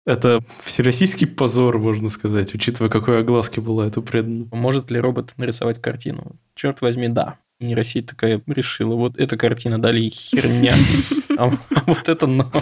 Это всероссийский позор, можно сказать, учитывая, какой огласки была это предано. Может ли робот нарисовать картину? Черт возьми, да. И Россия такая решила, вот эта картина дали херня, а вот это но.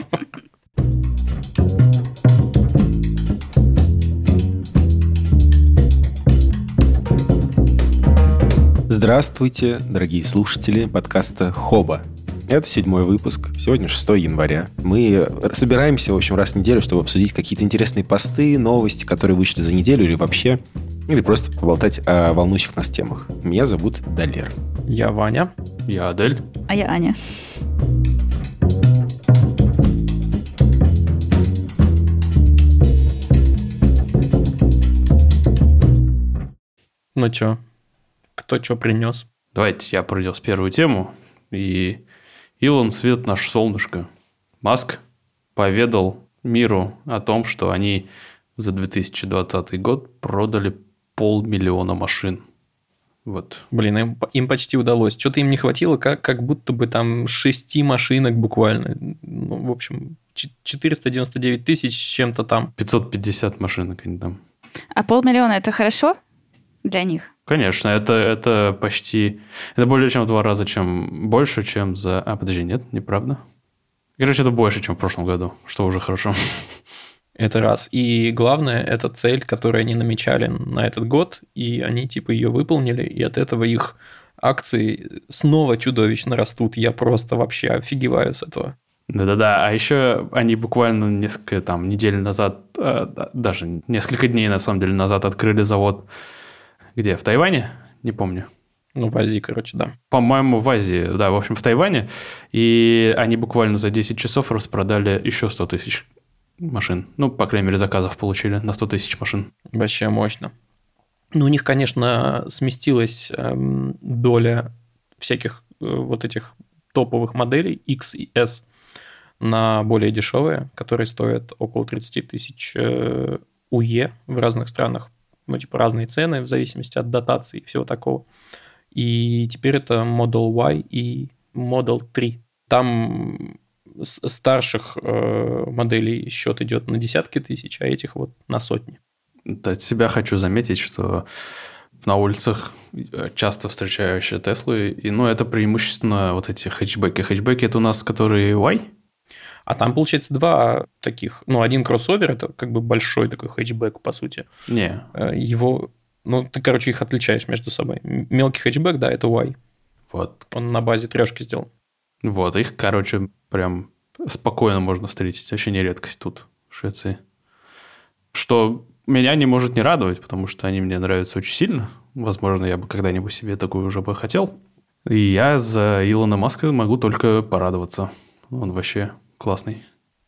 Здравствуйте, дорогие слушатели подкаста «Хоба». Это 7-й выпуск, сегодня 6 января. Мы собираемся, в общем, раз в неделю, чтобы обсудить какие-то интересные посты, новости, которые вышли за неделю или просто поболтать о волнующих нас темах. Меня зовут Далер. Я Ваня. Я Адель. А я Аня. Ну чё, кто что принес? Давайте я принес первую тему. И Илон свет наше солнышко. Маск поведал миру о том, что они за 2020 год продали 500 000 машин. Вот. Блин, им почти удалось. Что-то им не хватило, как будто бы там 6 машинок буквально. Ну, в общем, 499 тысяч с чем-то там. 550 машинок они там. А 500 000 это хорошо для них? Конечно, это почти... Это более чем в 2 раза больше, чем за... подожди, нет, неправда. Короче, это больше, чем в прошлом году, что уже хорошо. Это раз. И главное, это цель, которую они намечали на этот год, и они типа ее выполнили, и от этого их акции снова чудовищно растут. Я просто вообще офигеваю с этого. Да-да-да, а еще они буквально несколько недель назад, даже несколько дней на самом деле назад открыли завод. Где? В Тайване? Не помню. Ну, в Азии, короче, да. По-моему, в Азии, да, в общем, в Тайване. И они буквально за 10 часов распродали еще 100 тысяч машин. Ну, по крайней мере, заказов получили на 100 тысяч машин. Вообще мощно. Ну, у них, конечно, сместилась доля всяких вот этих топовых моделей X и S на более дешевые, которые стоят около 30 тысяч УЕ в разных странах. Ну, типа разные цены в зависимости от дотации и всего такого. И теперь это Model Y и Model 3. Там старших моделей счет идет на десятки тысяч, а этих вот на сотни. От себя хочу заметить, что на улицах часто встречающие Теслы, и, это преимущественно вот эти хэтчбеки. Хэтчбеки – это у нас которые Y? А там, получается, 2 таких. Ну, один кроссовер – это как бы большой такой хэтчбэк, по сути. Не. Его... Ну, ты, короче, их отличаешь между собой. Мелкий хэтчбэк, да, это Y. Вот. Он на базе 3 сделан. Вот, их, короче, прям спокойно можно встретить. Вообще не редкость тут, в Швеции. Что меня не может не радовать, потому что они мне нравятся очень сильно. Возможно, я бы когда-нибудь себе такую уже бы хотел. И я за Илона Маска могу только порадоваться. Он вообще классный.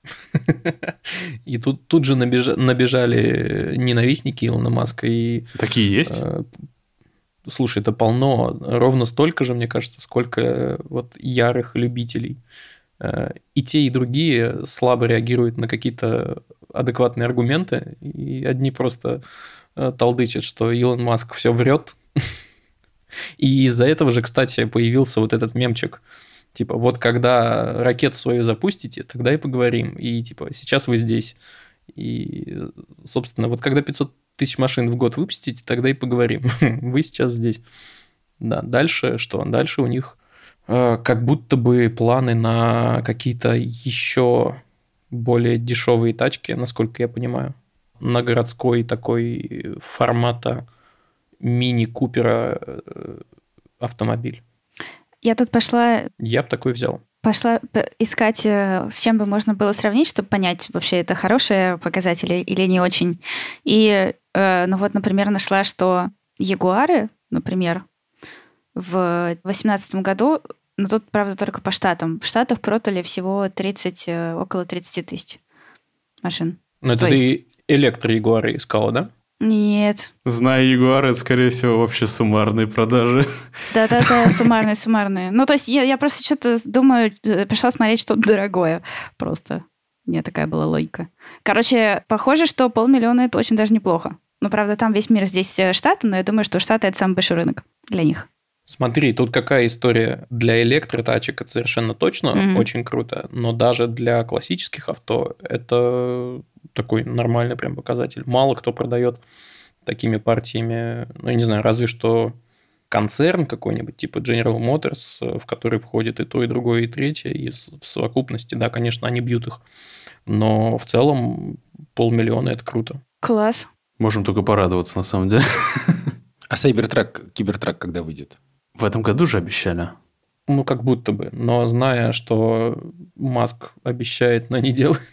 И тут же набежали ненавистники Илона Маска. И, такие есть? Слушай, это полно. Ровно столько же, мне кажется, сколько вот ярых любителей. И те, и другие слабо реагируют на какие-то адекватные аргументы. И одни просто толдычат, что Илон Маск все врет. И из-за этого же, кстати, появился вот этот мемчик. Типа, вот когда ракету свою запустите, тогда и поговорим. И типа, сейчас вы здесь. И, собственно, вот когда 500 тысяч машин в год выпустите, тогда и поговорим. Вы сейчас здесь. Да, дальше что? Дальше у них как будто бы планы на какие-то еще более дешевые тачки, насколько я понимаю. На городской такой формата мини-купера автомобиль. Я тут пошла... Я бы такой взял. Пошла искать, с чем бы можно было сравнить, чтобы понять, вообще это хорошие показатели или не очень. И, например, нашла, что Ягуары, например, в 2018 году, но тут, правда, только по штатам. В Штатах продали всего около 30 тысяч машин. Ну, это ты электро-ягуары искала, да? Нет. Зная Ягуар, это, скорее всего, вообще суммарные продажи. Да-да-да, суммарные. Ну, то есть я просто что-то думаю, пришла смотреть что-то дорогое просто. У меня такая была логика. Короче, похоже, что 500 000 это очень даже неплохо. Ну, правда, там весь мир, здесь Штаты, но я думаю, что Штаты – это самый большой рынок для них. Смотри, тут какая история. Для электротачек это совершенно точно очень круто, но даже для классических авто это такой нормальный прям показатель. Мало кто продает такими партиями, ну, я не знаю, разве что концерн какой-нибудь, типа General Motors, в который входит и то, и другое, и третье, и в совокупности, да, конечно, они бьют их. Но в целом 500 000 – это круто. Класс. Можем только порадоваться, на самом деле. А Кибертрак когда выйдет? В этом году же обещали. Ну, как будто бы. Но зная, что Маск обещает, но не делает,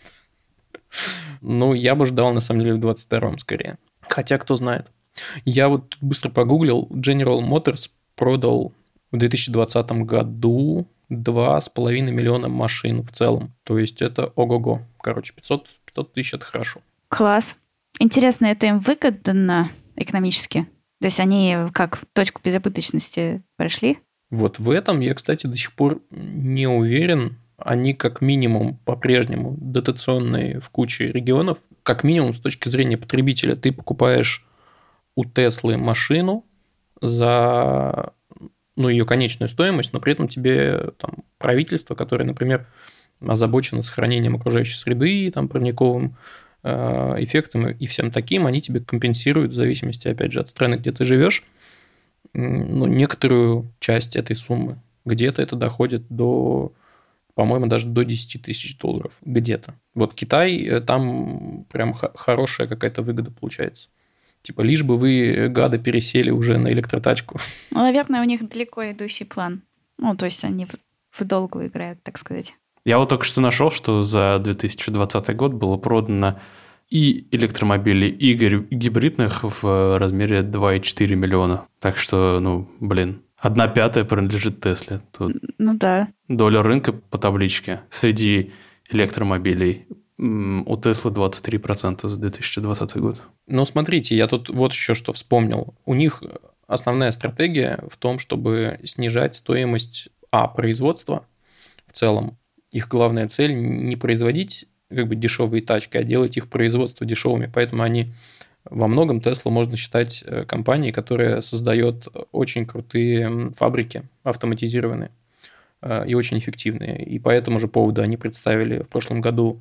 ну, я бы ждал, на самом деле, в 22-м скорее. Хотя, кто знает. Я вот быстро погуглил. General Motors продал в 2020 году 2,5 миллиона машин в целом. То есть, это ого-го. Короче, 500 тысяч – это хорошо. Класс. Интересно, это им выгодно экономически? То есть, они как точку безубыточности прошли? Вот в этом я, кстати, до сих пор не уверен. Они как минимум по-прежнему дотационные в куче регионов. Как минимум с точки зрения потребителя. Ты покупаешь у Теслы машину за ее конечную стоимость, но при этом тебе там, правительство, которое, например, озабочено сохранением окружающей среды, там, парниковым эффектом и всем таким, они тебе компенсируют в зависимости, опять же, от страны, где ты живешь, некоторую часть этой суммы. Где-то это доходит до, по-моему, даже до $10 тысяч. Где-то. Вот Китай, там прям хорошая какая-то выгода получается. Типа, лишь бы вы, гады, пересели уже на электротачку. Ну, наверное, у них далеко идущий план. Ну, то есть, они в долгу играют, так сказать. Я вот только что нашел, что за 2020 год было продано и электромобилей, и гибридных в размере 2,4 миллиона. Так что, 1/5 принадлежит Тесле. Тут ну да. Доля рынка по табличке среди электромобилей у Теслы 23% за 2020 год. Ну, смотрите, я тут вот еще что вспомнил. У них основная стратегия в том, чтобы снижать стоимость производства в целом. Их главная цель не производить дешевые тачки, а делать их производство дешевыми. Поэтому они во многом Теслу можно считать компанией, которая создает очень крутые фабрики автоматизированные и очень эффективные. И по этому же поводу они представили в прошлом году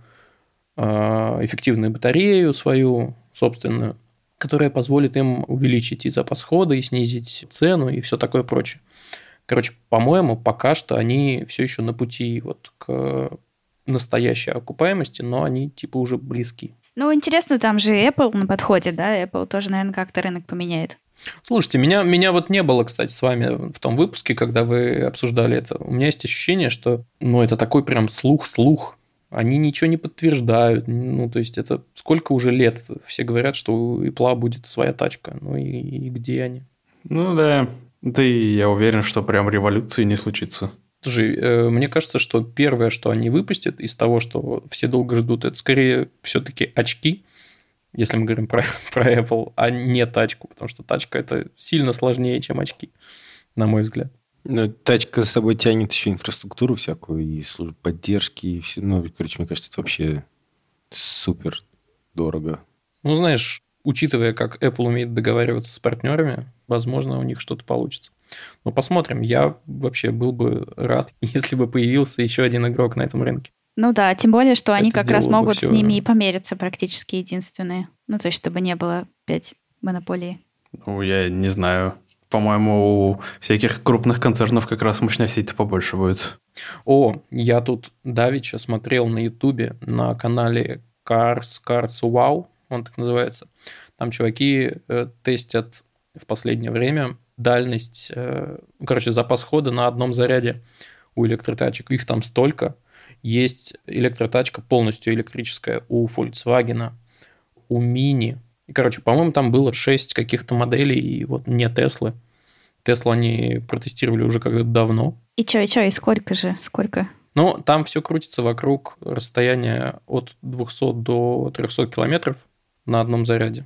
эффективную батарею свою собственную, которая позволит им увеличить и запас хода, и снизить цену, и все такое прочее. Короче, по-моему, пока что они все еще на пути вот к настоящей окупаемости, но они типа уже близки. Ну, интересно, там же Apple на подходе, да? Apple тоже, наверное, как-то рынок поменяет. Слушайте, меня вот не было, кстати, с вами в том выпуске, когда вы обсуждали это. У меня есть ощущение, что, это такой прям слух. Они ничего не подтверждают. То есть, это сколько уже лет все говорят, что у Apple будет своя тачка. И где они? Да. Да и я уверен, что прям революции не случится. Слушай, мне кажется, что первое, что они выпустят из того, что все долго ждут, это скорее все-таки очки, если мы говорим про Apple, а не тачку, потому что тачка – это сильно сложнее, чем очки, на мой взгляд. Тачка за собой тянет еще инфраструктуру всякую, и службу поддержки, и все. Мне кажется, это вообще супер дорого. Знаешь, учитывая, как Apple умеет договариваться с партнерами, возможно, у них что-то получится. Но посмотрим. Я вообще был бы рад, если бы появился еще один игрок на этом рынке. Ну да, тем более, что они Это как раз сделало бы могут всё. с ними и помериться практически единственные. То есть, чтобы не было 5 монополий. Я не знаю. По-моему, у всяких крупных концернов как раз мощностей-то побольше будет. Я тут давеча смотрел на Ютубе на канале Cars Wow, он так называется. Там чуваки тестят в последнее время дальность, запас хода на одном заряде у электротачек. Их там столько. Есть электротачка полностью электрическая у Volkswagen, у Mini. И, по-моему, там было 6 каких-то моделей, и вот не Теслы. Теслу они протестировали уже когда-то давно. И сколько же? Сколько? Там все крутится вокруг расстояния от 200 до 300 километров на одном заряде.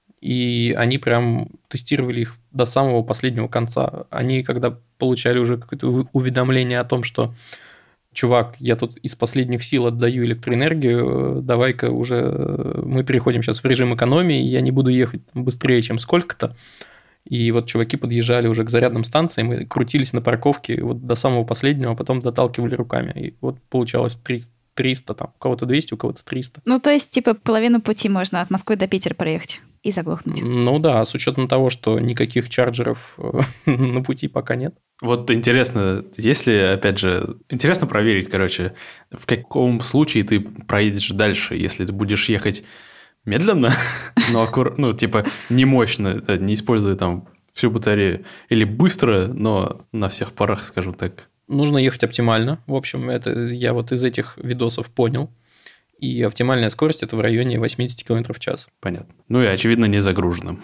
И они прям тестировали их до самого последнего конца. Они, когда получали уже какое-то уведомление о том, что чувак, я тут из последних сил отдаю электроэнергию, давай-ка уже мы переходим сейчас в режим экономии, я не буду ехать быстрее, чем сколько-то. И вот чуваки подъезжали уже к зарядным станциям и крутились на парковке вот до самого последнего, а потом доталкивали руками. И вот получалось 300, там, у кого-то 200, у кого-то 300. Ну, то есть, типа, половину пути можно от Москвы до Питера проехать и заглохнуть. Ну да, с учетом того, что никаких чарджеров на пути пока нет. Вот интересно, если, опять же, интересно проверить, короче, в каком случае ты проедешь дальше, если ты будешь ехать медленно, но ну, типа, не мощно, не используя там всю батарею, или быстро, но на всех парах, скажем так. Нужно ехать оптимально. В общем, это я вот из этих видосов понял. И оптимальная скорость – это в районе 80 км в час. Понятно. Ну и, очевидно, не загруженным.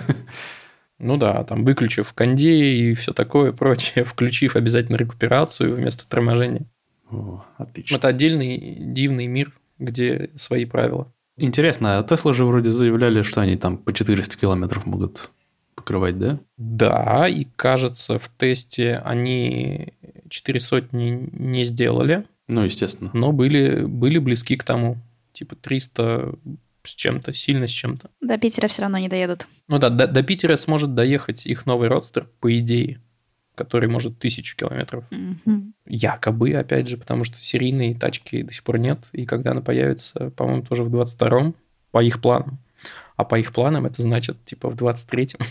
Ну да, там выключив кондей и все такое прочее, включив обязательно рекуперацию вместо торможения. О, отлично. Это отдельный дивный мир, где свои правила. Интересно, а Tesla же вроде заявляли, что они там по 400 километров могут покрывать, да? Да, и кажется, в тесте они 400 не сделали. Ну, естественно. Но были близки к тому. Типа 300 с чем-то, сильно с чем-то. До Питера все равно не доедут. Ну да, до Питера сможет доехать их новый родстер, по идее, который может 1000 километров. Якобы, опять же, потому что серийной тачки до сих пор нет. И когда она появится, по-моему, тоже в 22-м, по их планам. А по их планам это значит, типа, в 23-м.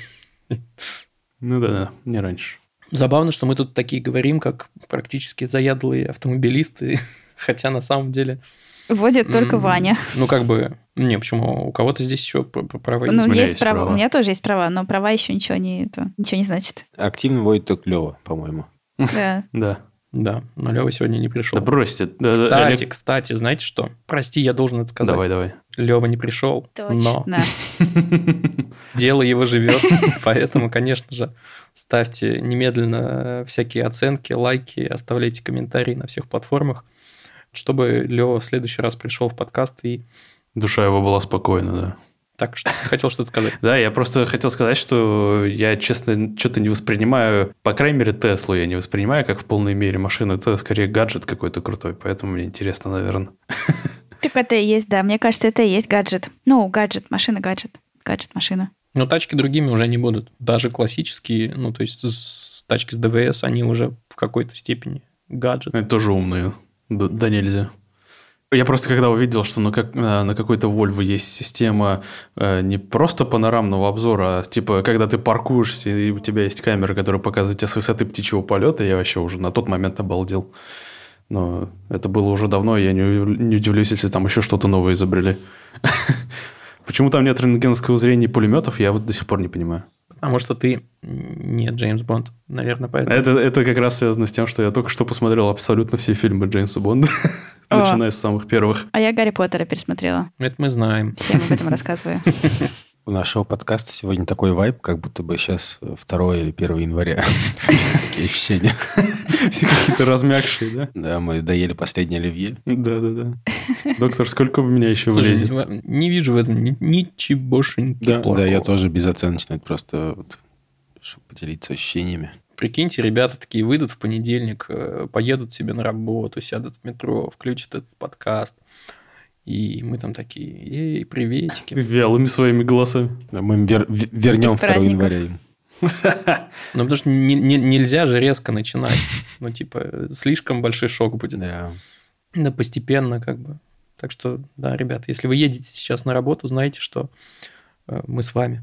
Ну да, не раньше. Забавно, что мы тут такие говорим, как практически заядлые автомобилисты, хотя на самом деле... Водит только Ваня. Ну, как бы... Не, почему? У кого-то здесь еще права есть. Ну, У меня есть есть права. права. У меня тоже есть права, но права еще ничего не значит. Активно водит только Лева, по-моему. Да. Да. Да, но Лева сегодня не пришел. Да бросьте. Кстати, знаете что? Прости, я должен это сказать. Давай. Лева не пришел, но Точно. дело его живет, поэтому, конечно же, ставьте немедленно всякие оценки, лайки, оставляйте комментарии на всех платформах, чтобы Лева в следующий раз пришел в подкаст и... Душа его была спокойна, да. Так, что ты хотел что-то сказать? Да, я просто хотел сказать, что я, честно, что-то не воспринимаю, по крайней мере, Теслу я не воспринимаю как в полной мере машину. Это скорее гаджет какой-то крутой, поэтому мне интересно, наверное. Так это и есть, да. Мне кажется, это и есть гаджет. Ну, гаджет, машина-гаджет. Гаджет-машина. Но тачки другими уже не будут. Даже классические, ну, то есть тачки с ДВС, они уже в какой-то степени гаджет. Это тоже умные. Да нельзя. Я просто когда увидел, что на какой-то Volvo есть система не просто панорамного обзора, а типа, когда ты паркуешься, и у тебя есть камера, которая показывает тебе с высоты птичьего полета, я вообще уже на тот момент обалдел. Но это было уже давно, и я не удивлюсь, если там еще что-то новое изобрели. Почему там нет рентгеновского зрения и пулеметов, я вот до сих пор не понимаю. Потому что ты не Джеймс Бонд, наверное, поэтому. Это как раз связано с тем, что я только что посмотрел абсолютно все фильмы Джеймса Бонда, начиная с самых первых. А я Гарри Поттера пересмотрела. Это мы знаем. Всем об этом рассказываю. У нашего подкаста сегодня такой вайб, как будто бы сейчас 2 или 1 января. Такие ощущения. Все какие-то размягшие, да? Да, мы доели последний оливье. Да. Доктор, сколько в меня еще Слушай, влезет? не вижу в этом ничегошеньки плохого. Да, я тоже безоценочно. Это просто, чтобы поделиться ощущениями. Прикиньте, ребята такие выйдут в понедельник, поедут себе на работу, сядут в метро, включат этот подкаст. И мы там такие, эй, приветики. Вялыми своими голосами. Мы им вернем 2 января им. Ну, потому что нельзя же резко начинать. Ну, типа, слишком большой шок будет. Да. Да, постепенно как бы. Так что, да, ребят, если вы едете сейчас на работу, знайте, что мы с вами.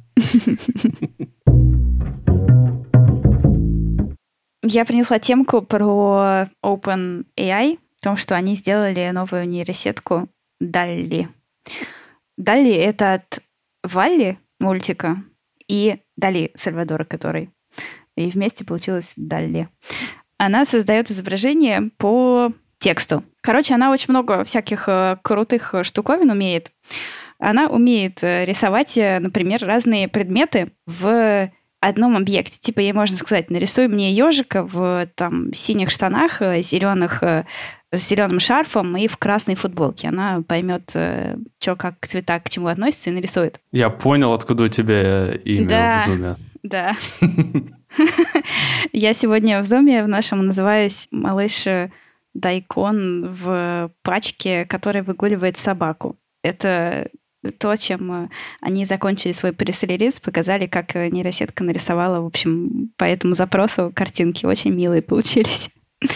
Я принесла темку про OpenAI, о том, что они сделали новую нейросетку DALL-E. DALL-E — это от Валли мультика и Дали Сальвадора, который. И вместе получилось DALL-E. Она создает изображение по тексту. Короче, она очень много всяких крутых штуковин умеет. Она умеет рисовать, например, разные предметы в одном объекте. Типа ей можно сказать, нарисуй мне ежика в там синих штанах, зеленых, с зеленым шарфом и в красной футболке. Она поймет, что, как цвета к чему относятся, и нарисует. Я понял, откуда у тебя имя в зуме. Да. Я сегодня в зуме в нашем называюсь малыш Дайкон в пачке, который выгуливает собаку. Это то, чем они закончили свой пресс-релиз, показали, как нейросетка нарисовала, в общем, по этому запросу картинки. Очень милые получились.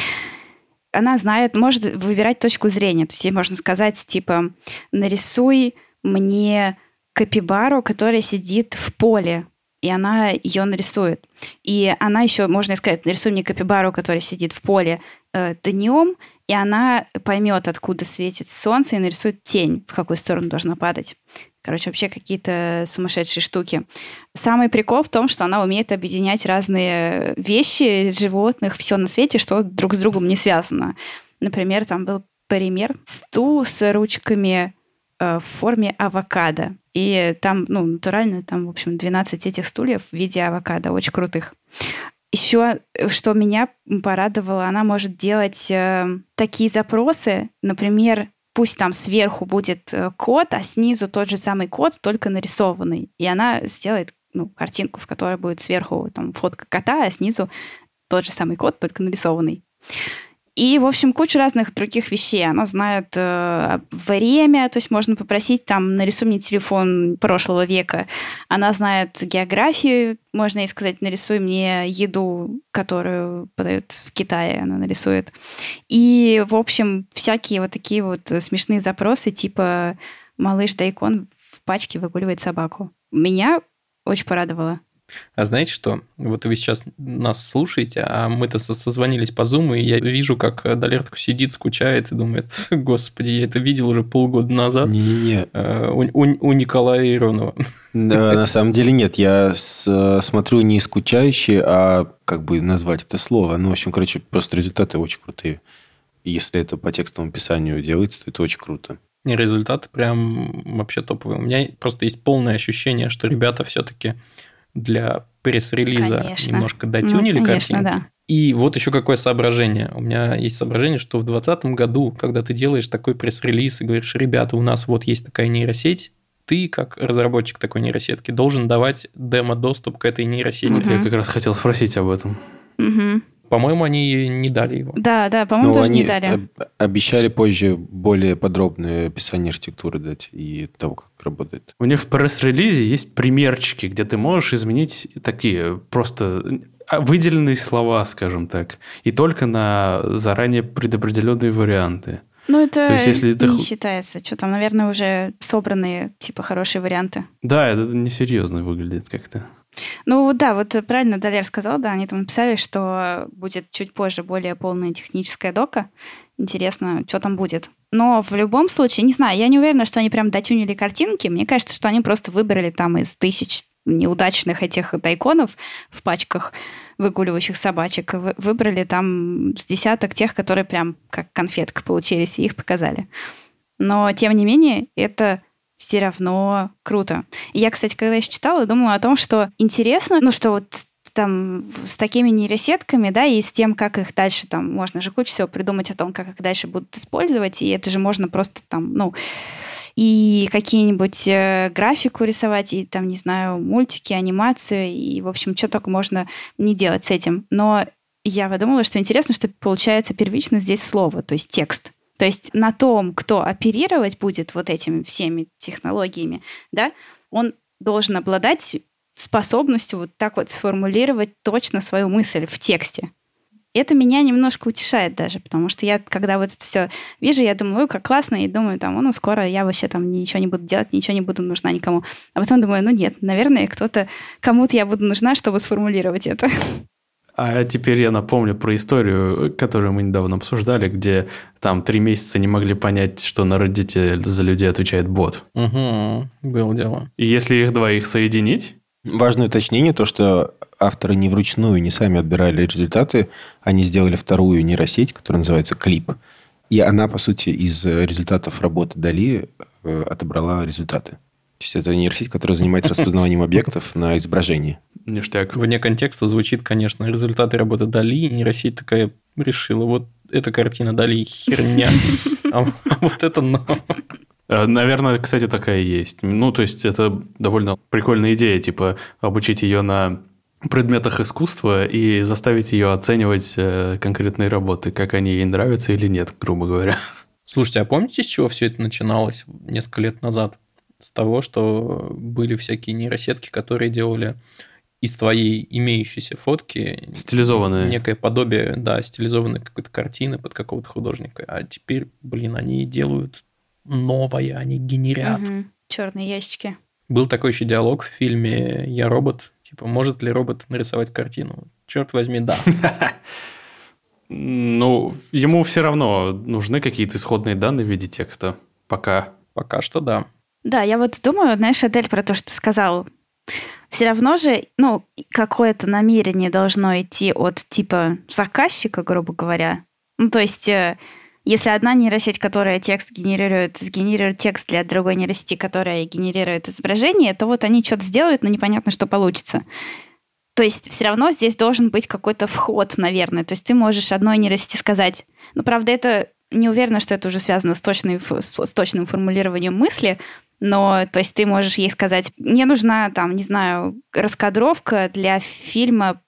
Она знает, может выбирать точку зрения. То есть ей можно сказать, типа, нарисуй мне капибару, которая сидит в поле. И она ее нарисует. И она еще, можно сказать, нарисуй мне капибару, которая сидит в поле днем, и она поймет, откуда светит солнце, и нарисует тень, в какую сторону должна падать. Короче, вообще какие-то сумасшедшие штуки. Самый прикол в том, что она умеет объединять разные вещи, животных, все на свете, что друг с другом не связано. Например, там был пример стул с ручками в форме авокадо. И там, натурально, там, в общем, 12 этих стульев в виде авокадо, очень крутых. Еще, что меня порадовало, она может делать такие запросы, например, пусть там сверху будет код, а снизу тот же самый код, только нарисованный. И она сделает картинку, в которой будет сверху там фотка кота, а снизу тот же самый код, только нарисованный. И, в общем, куча разных других вещей. Она знает время, то есть можно попросить, там, нарисуй мне телефон прошлого века. Она знает географию, можно ей сказать, нарисуй мне еду, которую подают в Китае, она нарисует. И, в общем, всякие вот такие вот смешные запросы, типа «малыш Дайкон в пачке выгуливает собаку». Меня очень порадовало. А знаете что? Вот вы сейчас нас слушаете, а мы-то созвонились по Zoom, и я вижу, как Далер такой сидит, скучает и думает, господи, я это видел уже полгода назад у Николая Иронова. Да, на самом деле нет. Я смотрю не скучающий, а как бы назвать это слово. В общем, просто результаты очень крутые. И если это по текстовому описанию делается, то это очень круто. И результаты прям вообще топовые. У меня просто есть полное ощущение, что ребята все-таки для пресс-релиза немножко дотюнили картинки. Да. И вот еще какое соображение. У меня есть соображение, что в 2020 году, когда ты делаешь такой пресс-релиз и говоришь, ребята, у нас вот есть такая нейросеть, ты, как разработчик такой нейросетки, должен давать демо-доступ к этой нейросети. Я как раз хотел спросить об этом. По-моему, они не дали его. Да, по-моему, тоже не дали. Они обещали позже более подробное описание архитектуры дать и того, как работает. У них в пресс-релизе есть примерчики, где ты можешь изменить такие просто выделенные слова, скажем так, и только на заранее предопределенные варианты. Это то есть, если не считается. Что там, наверное, уже собранные, типа, хорошие варианты. Да, это несерьезно выглядит как-то. Да, вот правильно Далер сказал, да, они там написали, что будет чуть позже более полная техническая дока. Интересно, что там будет. Но в любом случае, не знаю, я не уверена, что они прям дотюнили картинки. Мне кажется, что они просто выбрали там из тысяч неудачных этих дайконов в пачках выгуливающих собачек, выбрали там с десяток тех, которые прям как конфетка получились, и их показали. Но, тем не менее, это все равно круто. И я, кстати, когда еще читала, думала о том, что интересно, что вот там с такими нейросетками, да, и с тем, как их дальше там, можно же кучу всего придумать о том, как их дальше будут использовать, и это же можно просто там, и какие-нибудь графику рисовать, и там, не знаю, мультики, анимацию, и, в общем, что только можно не делать с этим. Но я подумала, что интересно, что получается первично здесь слово, то есть текст. То есть на том, кто оперировать будет вот этими всеми технологиями, да, он должен обладать способностью вот так вот сформулировать точно свою мысль в тексте. Это меня немножко утешает даже, потому что я, когда вот это все вижу, я думаю, как классно, и думаю, там, скоро я вообще там ничего не буду делать, ничего не буду нужна никому. А потом думаю, нет, наверное, кому-то я буду нужна, чтобы сформулировать это. А теперь я напомню про историю, которую мы недавно обсуждали, где там 3 месяца не могли понять, что на Reddit за людей отвечает бот. Угу, было дело. И если их двоих соединить... Важное уточнение, то, что авторы не вручную, не сами отбирали результаты, они сделали вторую нейросеть, которая называется Клип. И она, по сути, из результатов работы Дали отобрала результаты. То есть это нейросеть, которая занимается распознаванием объектов на изображении. Ништяк. Вне контекста звучит, конечно, результаты работы Дали. Нейросеть такая решила, вот эта картина Дали херня, а вот это но. Наверное, кстати, такая и есть. То есть, это довольно прикольная идея, типа, обучить ее на предметах искусства и заставить ее оценивать конкретные работы, как они ей нравятся или нет, грубо говоря. Слушайте, а помните, с чего все это начиналось несколько лет назад? с того, что были всякие нейросетки, которые делали из твоей имеющейся фотки Стилизованные. некое подобие, да, стилизованной какой-то картины под какого-то художника. А теперь, они делают новое, они генерят. Черные ящики. Был такой еще диалог в фильме «Я робот». Типа, может ли робот нарисовать картину? Черт возьми, да. Ну, ему все равно нужны какие-то исходные данные в виде текста. Пока. Пока что да. Да, я вот думаю, знаешь, Адель, про то, что ты сказал. Все равно же, какое-то намерение должно идти от типа заказчика, грубо говоря. Ну, то есть, если одна нейросеть, которая текст генерирует, сгенерирует текст для другой нейросети, которая генерирует изображение, то вот они что-то сделают, но непонятно, что получится. То есть все равно здесь должен быть какой-то вход, наверное. То есть ты можешь одной нейросети сказать... Ну, правда, это не уверена, что это уже связано с точным формулированием мысли, но, то есть ты можешь ей сказать, мне нужна, там, не знаю, раскадровка для фильма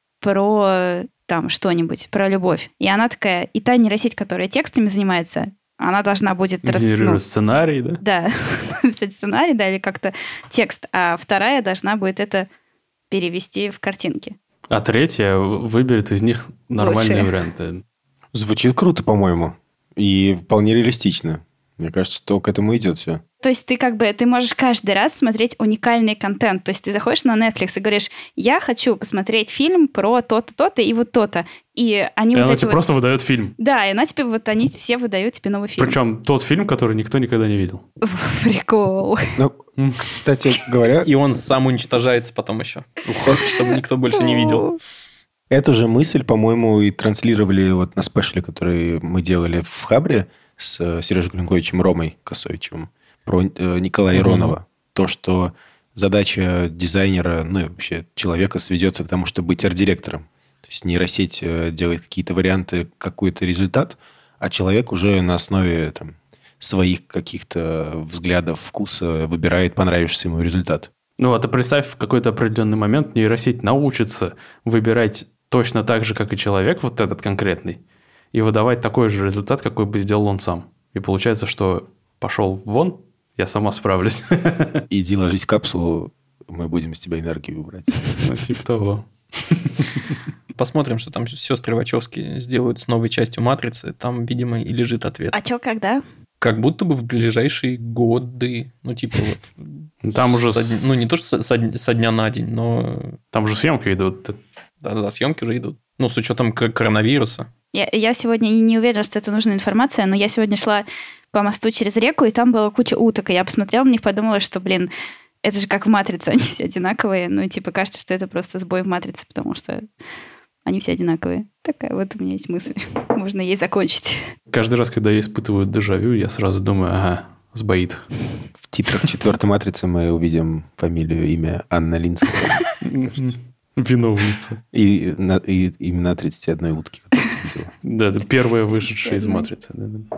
про там что-нибудь, про любовь. И она такая, и та нейросеть, которая текстами занимается, она должна будет... Генерировать сценарий, да? Да, писать сценарий, да, или как-то текст. А вторая должна будет это перевести в картинки. А третья выберет из них нормальные варианты. Звучит круто, по-моему. И вполне реалистично. Мне кажется, что к этому идет все. То есть ты можешь каждый раз смотреть уникальный контент. То есть ты заходишь на Netflix и говоришь, я хочу посмотреть фильм про то-то, то-то и вот то-то. И они она тебе просто выдает фильм. Да, и она тебе они все выдают тебе новый фильм. Причем тот фильм, который никто никогда не видел. Прикол. Ну, кстати говоря... И он сам уничтожается потом еще, чтобы никто больше не видел. Эту же мысль, по-моему, и транслировали вот на спешле, который мы делали в Хабре с Сережей Глинковичем, Ромой Косовичевым, про Николая Иронова. То, что задача дизайнера, ну и вообще человека сведется к тому, чтобы быть арт-директором. То есть нейросеть делает какие-то варианты, какой-то результат, а человек уже на основе там, своих каких-то взглядов, вкуса выбирает понравившийся ему результат. Ну, а ты представь, в какой-то определенный момент нейросеть научится выбирать точно так же, как и человек, вот этот конкретный, и выдавать такой же результат, какой бы сделал он сам. И получается, что пошел вон, я сама справлюсь. Иди ложись в капсулу, мы будем с тебя энергию брать. Ну, типа того. Посмотрим, что там сестры Вачовски сделают с новой частью «Матрицы». Там, видимо, и лежит ответ. А что, когда? Как будто бы в ближайшие годы. Ну, типа вот... Там уже... Ну, не то, что со дня на день, но... Там уже съемки идут. Да-да, съемки уже идут. Ну, с учетом коронавируса. Я сегодня не уверена, что это нужная информация, но я сегодня шла по мосту через реку, и там была куча уток, и я посмотрела на них, подумала, что, это же как в «Матрице», они все одинаковые. Ну, типа, кажется, что это просто сбой в «Матрице», потому что они все одинаковые. Такая вот у меня есть мысль. Можно ей закончить. Каждый раз, когда я испытываю дежавю, я сразу думаю, ага, сбоит. В титрах 4-й «Матрицы» мы увидим фамилию, имя Анна Линская. Виновница. И имена 31 утки, которые ты видела. Да, это первая вышедшая из «Матрицы».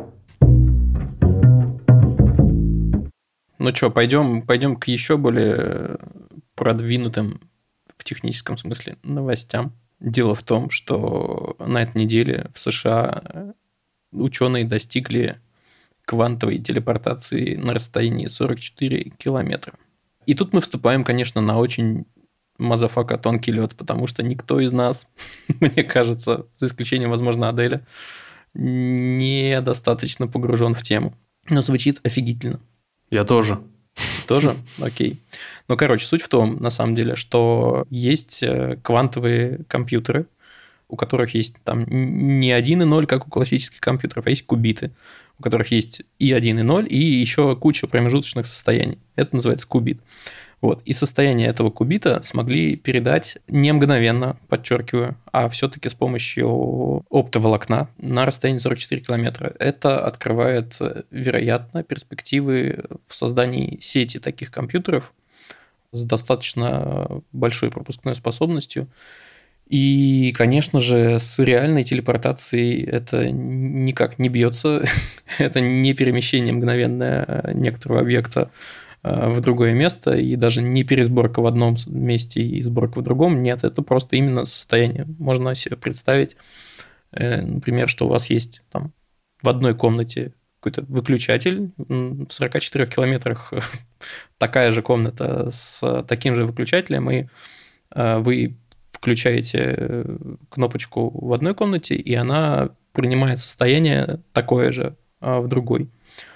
Ну что, пойдем к еще более продвинутым в техническом смысле новостям. Дело в том, что на этой неделе в США ученые достигли квантовой телепортации на расстоянии 44 километра. И тут мы вступаем, конечно, на очень мазафака тонкий лед, потому что никто из нас, мне кажется, за исключением, возможно, Аделя, недостаточно погружен в тему. Но звучит офигительно. Я тоже. Тоже? Окей. Ну, короче, суть в том, на самом деле, что есть квантовые компьютеры, у которых есть там не 1 и 0, как у классических компьютеров, а есть кубиты, у которых есть и 1 и 0, и еще куча промежуточных состояний. Это называется кубит. Вот. И состояние этого кубита смогли передать не мгновенно, подчеркиваю, а все-таки с помощью оптоволокна на расстоянии 44 километра. Это открывает, вероятно, перспективы в создании сети таких компьютеров с достаточно большой пропускной способностью. И, конечно же, с реальной телепортацией это никак не бьется. Это не перемещение мгновенное некоторого объекта в другое место, и даже не пересборка в одном месте и сборка в другом. Нет, это просто именно состояние. Можно себе представить, например, что у вас есть там в одной комнате какой-то выключатель в 44 километрах, такая же комната с таким же выключателем, и вы включаете кнопочку в одной комнате, и она принимает состояние такое же в другой.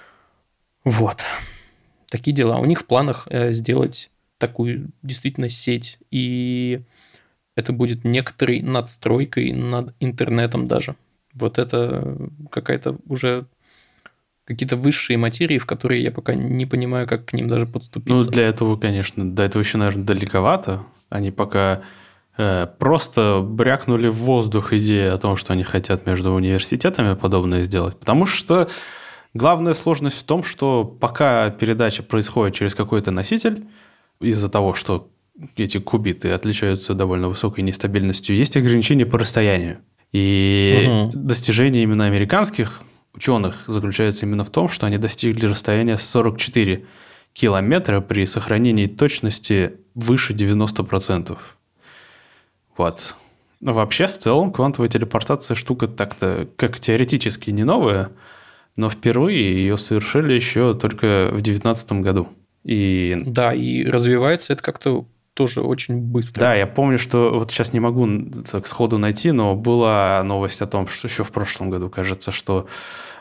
Вот. Такие дела. У них в планах сделать такую действительно сеть, и это будет некоторой надстройкой над интернетом даже. Вот это какая-то уже какие-то высшие материи, в которые я пока не понимаю, как к ним даже подступиться. Ну, для этого, конечно, до этого еще, наверное, далековато. Они пока просто брякнули в воздух идею о том, что они хотят между университетами подобное сделать. Потому что главная сложность в том, что пока передача происходит через какой-то носитель, из-за того, что эти кубиты отличаются довольно высокой нестабильностью, есть ограничения по расстоянию. И достижение именно американских ученых заключается именно в том, что они достигли расстояния 44 километра при сохранении точности выше 90%. Вот. Но вообще, в целом, квантовая телепортация штука так-то, как теоретически не новая, но впервые ее совершили еще только в 2019 году. Да, и развивается это как-то тоже очень быстро. Да, я помню, что вот сейчас не могу так сходу найти, но была новость о том, что еще в прошлом году, кажется, что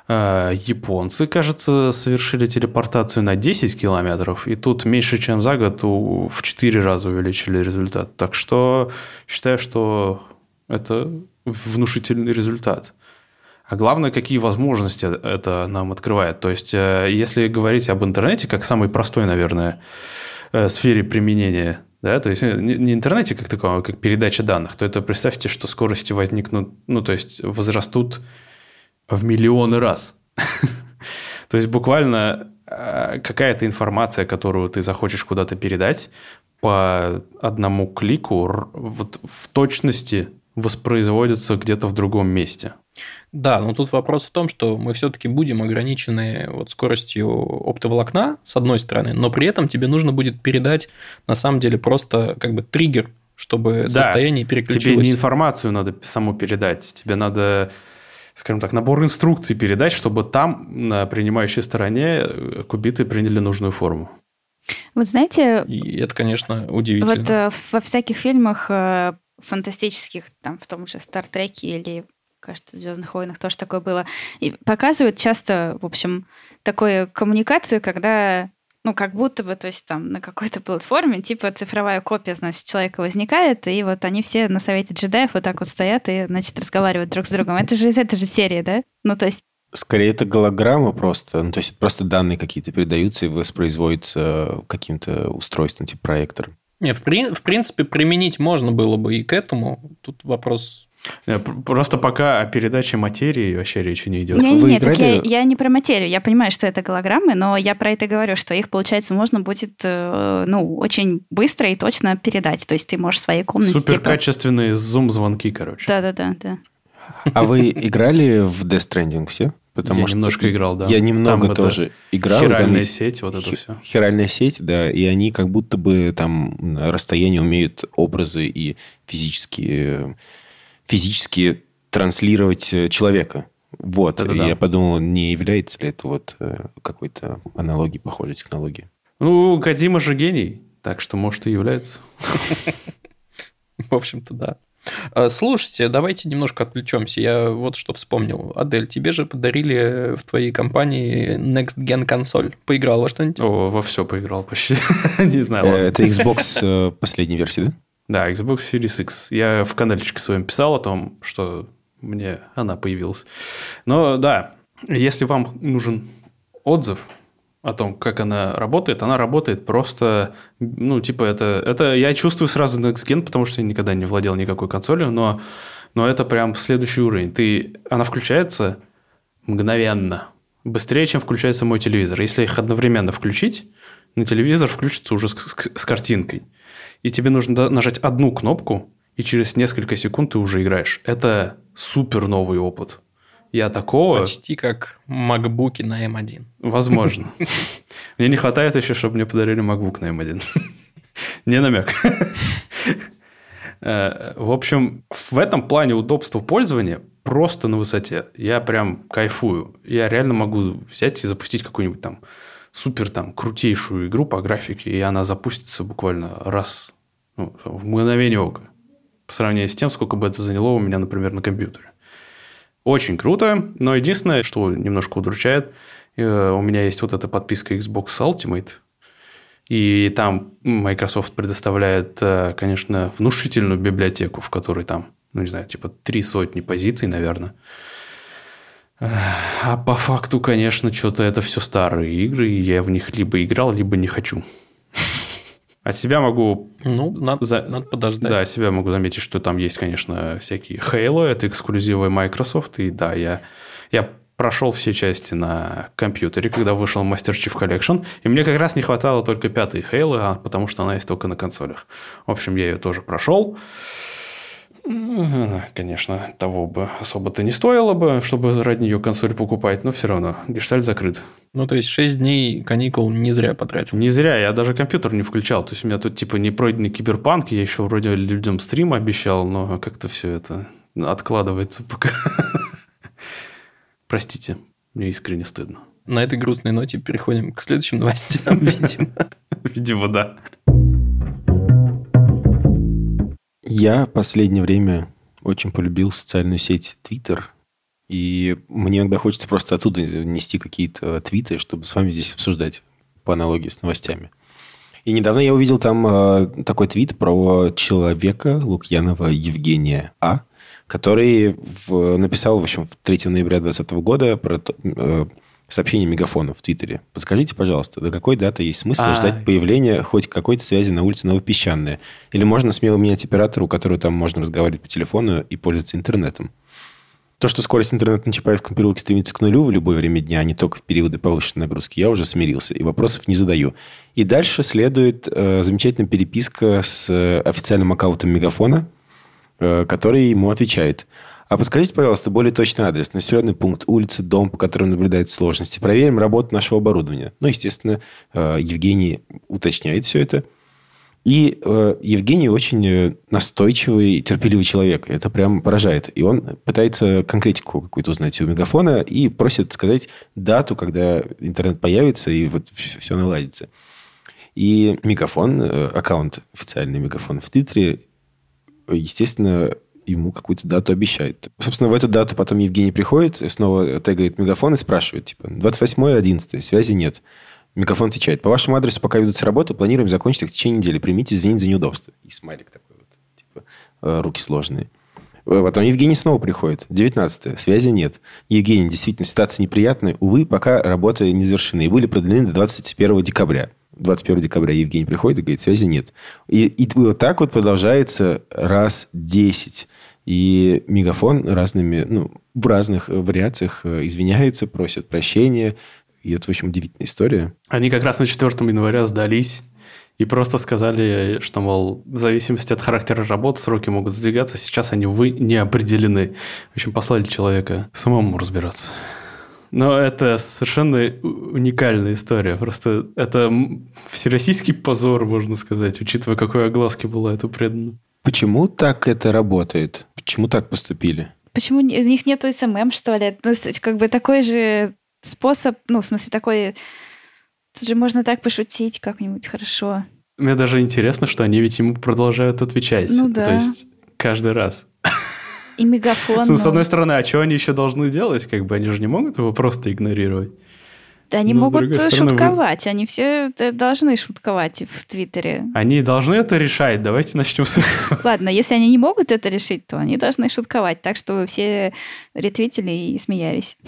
японцы, кажется, совершили телепортацию на 10 километров, и тут меньше, чем за год в 4 раза увеличили результат. Так что считаю, что это внушительный результат. А главное, какие возможности это нам открывает. То есть, если говорить об интернете, как самой простой, наверное, сфере применения, да, то есть не интернете как таковом, а как передача данных, то это представьте, что скорости возникнут, ну, то есть возрастут в миллионы раз. То есть буквально какая-то информация, которую ты захочешь куда-то передать, по одному клику вот в точности воспроизводится где-то в другом месте. Да, но тут вопрос в том, что мы все-таки будем ограничены вот скоростью оптоволокна, с одной стороны, но при этом тебе нужно будет передать, на самом деле, просто как бы триггер, чтобы состояние переключилось. Тебе не информацию надо саму передать, тебе надо, скажем так, набор инструкций передать, чтобы там, на принимающей стороне, кубиты приняли нужную форму. Вот знаете... И это, конечно, удивительно. Вот во всяких фильмах фантастических, там, в том же «Стартреке» или, кажется, в «Звездных войнах» тоже такое было, и показывают часто, в общем, такую коммуникацию, когда, ну, как будто бы, то есть там на какой-то платформе, типа цифровая копия, значит, человека возникает, и вот они все на совете джедаев вот так вот стоят и, значит, разговаривают друг с другом. Это же из этой же серии, да? Ну, то есть... Скорее, это голограмма просто. Ну, то есть, просто данные какие-то передаются и воспроизводятся каким-то устройством, типа проектора. Не, в принципе, применить можно было бы и к этому. Тут вопрос... Просто пока о передаче материи вообще речи не идет. Нет, так я не про материю. Я понимаю, что это голограммы, но я про это говорю, что их, получается, можно будет очень быстро и точно передать. То есть ты можешь в своей комнате... Суперкачественные зум-звонки, короче. Да. А вы играли в Death Stranding все? Я немножко играл, да. Я немного тоже играл. Хиральная сеть, вот это все. Хиральная сеть, да, и они как будто бы там на расстоянии умеют образы и физически транслировать человека. Вот. Это и да. я подумал, не является ли это вот какой-то аналогией, похожей технологии. Ну, Кодзима же гений, так что, может, и является. В общем-то, да. Слушайте, давайте немножко отвлечемся. Я вот что вспомнил. Адель, тебе же подарили в твоей компании Next Gen консоль. Поиграл во что-нибудь? О, во все поиграл почти. Не знаю. Это Xbox последней версии, да? Да, Xbox Series X. Я в каналчике своем писал о том, что мне она появилась. Но да, если вам нужен отзыв о том, как она работает просто, ну, типа, это я чувствую сразу Next Gen, потому что я никогда не владел никакой консолью, но это прям следующий уровень. Она включается мгновенно, быстрее, чем включается мой телевизор. Если их одновременно включить, на телевизор включится уже с картинкой. И тебе нужно нажать одну кнопку, и через несколько секунд ты уже играешь. Это супер новый опыт. Я такого... Почти как MacBook на M1. Возможно. Мне не хватает еще, чтобы мне подарили MacBook на M1. Не намек. В общем, в этом плане удобства пользования просто на высоте. Я прям кайфую. Я реально могу взять и запустить какую-нибудь там супер там крутейшую игру по графике, и она запустится буквально раз, в мгновение ока. По сравнению с тем, сколько бы это заняло у меня, например, на компьютере. Очень круто, но единственное, что немножко удручает, у меня есть вот эта подписка Xbox Ultimate, и там Microsoft предоставляет, конечно, внушительную библиотеку, в которой там, 300 позиций, наверное. А по факту, конечно, что-то это все старые игры, и я в них либо играл, либо не хочу. От себя могу... надо подождать. Да, от себя могу заметить, что там есть, конечно, всякие Halo, это эксклюзивы Microsoft, и да, я прошел все части на компьютере, когда вышел Master Chief Collection, и мне как раз не хватало только 5-й Halo, потому что она есть только на консолях. В общем, я ее тоже прошел. Конечно, того бы особо-то не стоило бы, чтобы ради нее консоль покупать, но все равно гештальт закрыт. То есть 6 дней каникул не зря потратил. Не зря, я даже компьютер не включал. То есть у меня тут не пройденный киберпанк, я еще вроде людям стрим обещал, но как-то все это откладывается пока. Простите, мне искренне стыдно. На этой грустной ноте переходим к следующим новостям, видимо. Видимо, да. Я в последнее время очень полюбил социальную сеть Twitter, и мне иногда хочется просто оттуда нести какие-то твиты, чтобы с вами здесь обсуждать по аналогии с новостями. И недавно я увидел там такой твит про человека Лукьянова Евгения А., который написал, в общем, 3 ноября 2020 года про сообщение Мегафона в Твиттере. Подскажите, пожалуйста, до какой даты есть смысл ждать появления хоть какой-то связи на улице Новопесчаная? Или можно смело менять оператора, у которого там можно разговаривать по телефону и пользоваться интернетом? То, что скорость интернета на Чапаевском переулке стремится к нулю в любое время дня, а не только в периоды повышенной нагрузки, я уже смирился и вопросов не задаю. И дальше следует замечательная переписка с официальным аккаунтом Мегафона, который ему отвечает: а подскажите, пожалуйста, более точный адрес, населенный пункт, улица, дом, по которому наблюдаются сложности. Проверим работу нашего оборудования. Естественно, Евгений уточняет все это. И Евгений очень настойчивый и терпеливый человек. Это прям поражает. И он пытается конкретику какую-то узнать у Мегафона и просит сказать дату, когда интернет появится, и вот все наладится. И Мегафон, аккаунт официальный Мегафон в Твиттере, естественно, ему какую-то дату обещает. Собственно, в эту дату потом Евгений приходит, снова тегает Мегафон и спрашивает, 28.11, связи нет. Мегафон отвечает: по вашему адресу пока ведутся работы, планируем закончить их в течение недели. Примите извинения за неудобства. И смайлик такой руки сложные. Потом Евгений снова приходит. 19. Связи нет. Евгений, действительно, ситуация неприятная. Увы, пока работы не завершены и были продлены до 21 декабря. 21 декабря Евгений приходит и говорит: связи нет. И вот так вот продолжается раз 10. И Мегафон в разных вариациях извиняется, просит прощения. И это, в общем, удивительная история. Они как раз на 4 января сдались и просто сказали, что, мол, в зависимости от характера работы сроки могут сдвигаться. Сейчас они, увы, не определены. В общем, послали человека самому разбираться. Но это совершенно уникальная история. Просто это всероссийский позор, можно сказать, учитывая, какой огласке была это предано. Почему так это работает? Почему так поступили? Почему у них нету СММ, что ли? То есть, такой же способ, в смысле, такой... Тут же можно так пошутить как-нибудь хорошо. Мне даже интересно, что они ведь ему продолжают отвечать. Да. То есть, каждый раз. И Мегафон. С одной стороны, а что они еще должны делать? Они же не могут его просто игнорировать. Да, они могут шутковать. Они все должны шутковать в Твиттере. Они должны это решать. Давайте начнем с этого. Ладно, если они не могут это решить, то они должны шутковать так, чтобы все ретвитили и смеялись.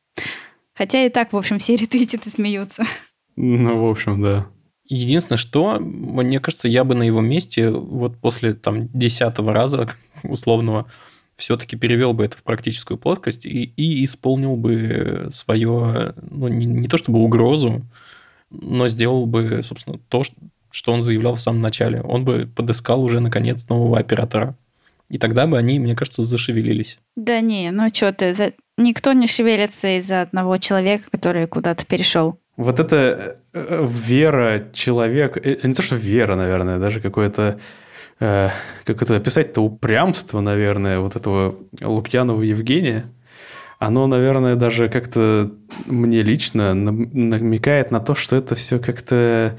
Хотя и так, в общем, все ретвитят и смеются. В общем, да. Единственное, что, мне кажется, я бы на его месте вот после 10-го раза условного все-таки перевел бы это в практическую плоскость и исполнил бы свое, не то чтобы угрозу, но сделал бы, собственно, то, что он заявлял в самом начале. Он бы подыскал уже, наконец, нового оператора. И тогда бы они, мне кажется, зашевелились. Да не, что ты, никто не шевелится из-за одного человека, который куда-то перешел. Вот эта вера человека, не то что вера, наверное, даже какое-то как это описать-то, упрямство, наверное, вот этого Лукьянова Евгения, оно, наверное, даже как-то мне лично намекает на то, что это все как-то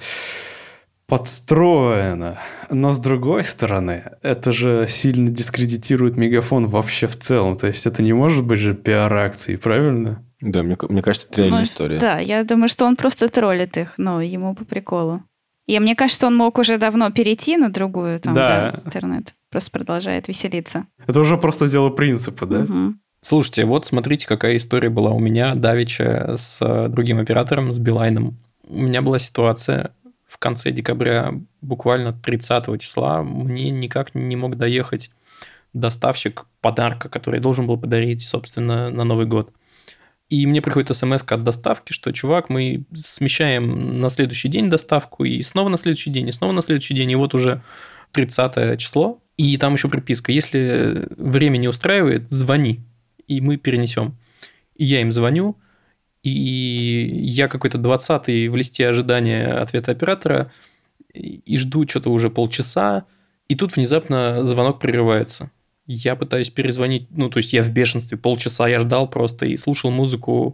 подстроено. Но, с другой стороны, это же сильно дискредитирует Мегафон вообще в целом. То есть это не может быть же пиар-акцией, правильно? Да, мне кажется, это реальная история. Да, я думаю, что он просто троллит их, но ему по приколу. И мне кажется, он мог уже давно перейти на другую интернет. Просто продолжает веселиться. Это уже просто дело принципа, да? Угу. Слушайте, вот смотрите, какая история была у меня давеча с другим оператором, с Билайном. У меня была ситуация в конце декабря, буквально 30 числа, мне никак не мог доехать доставщик подарка, который я должен был подарить, собственно, на Новый год. И мне приходит смс-ка от доставки, что, чувак, мы смещаем на следующий день доставку, и снова на следующий день, и снова на следующий день, и вот уже 30 число. И там еще приписка: если время не устраивает, звони, и мы перенесем. И я им звоню, и я какой-то 20-й в листе ожидания ответа оператора, и жду что-то уже полчаса, и тут внезапно звонок прерывается. Я пытаюсь перезвонить, то есть я в бешенстве, полчаса я ждал просто и слушал музыку,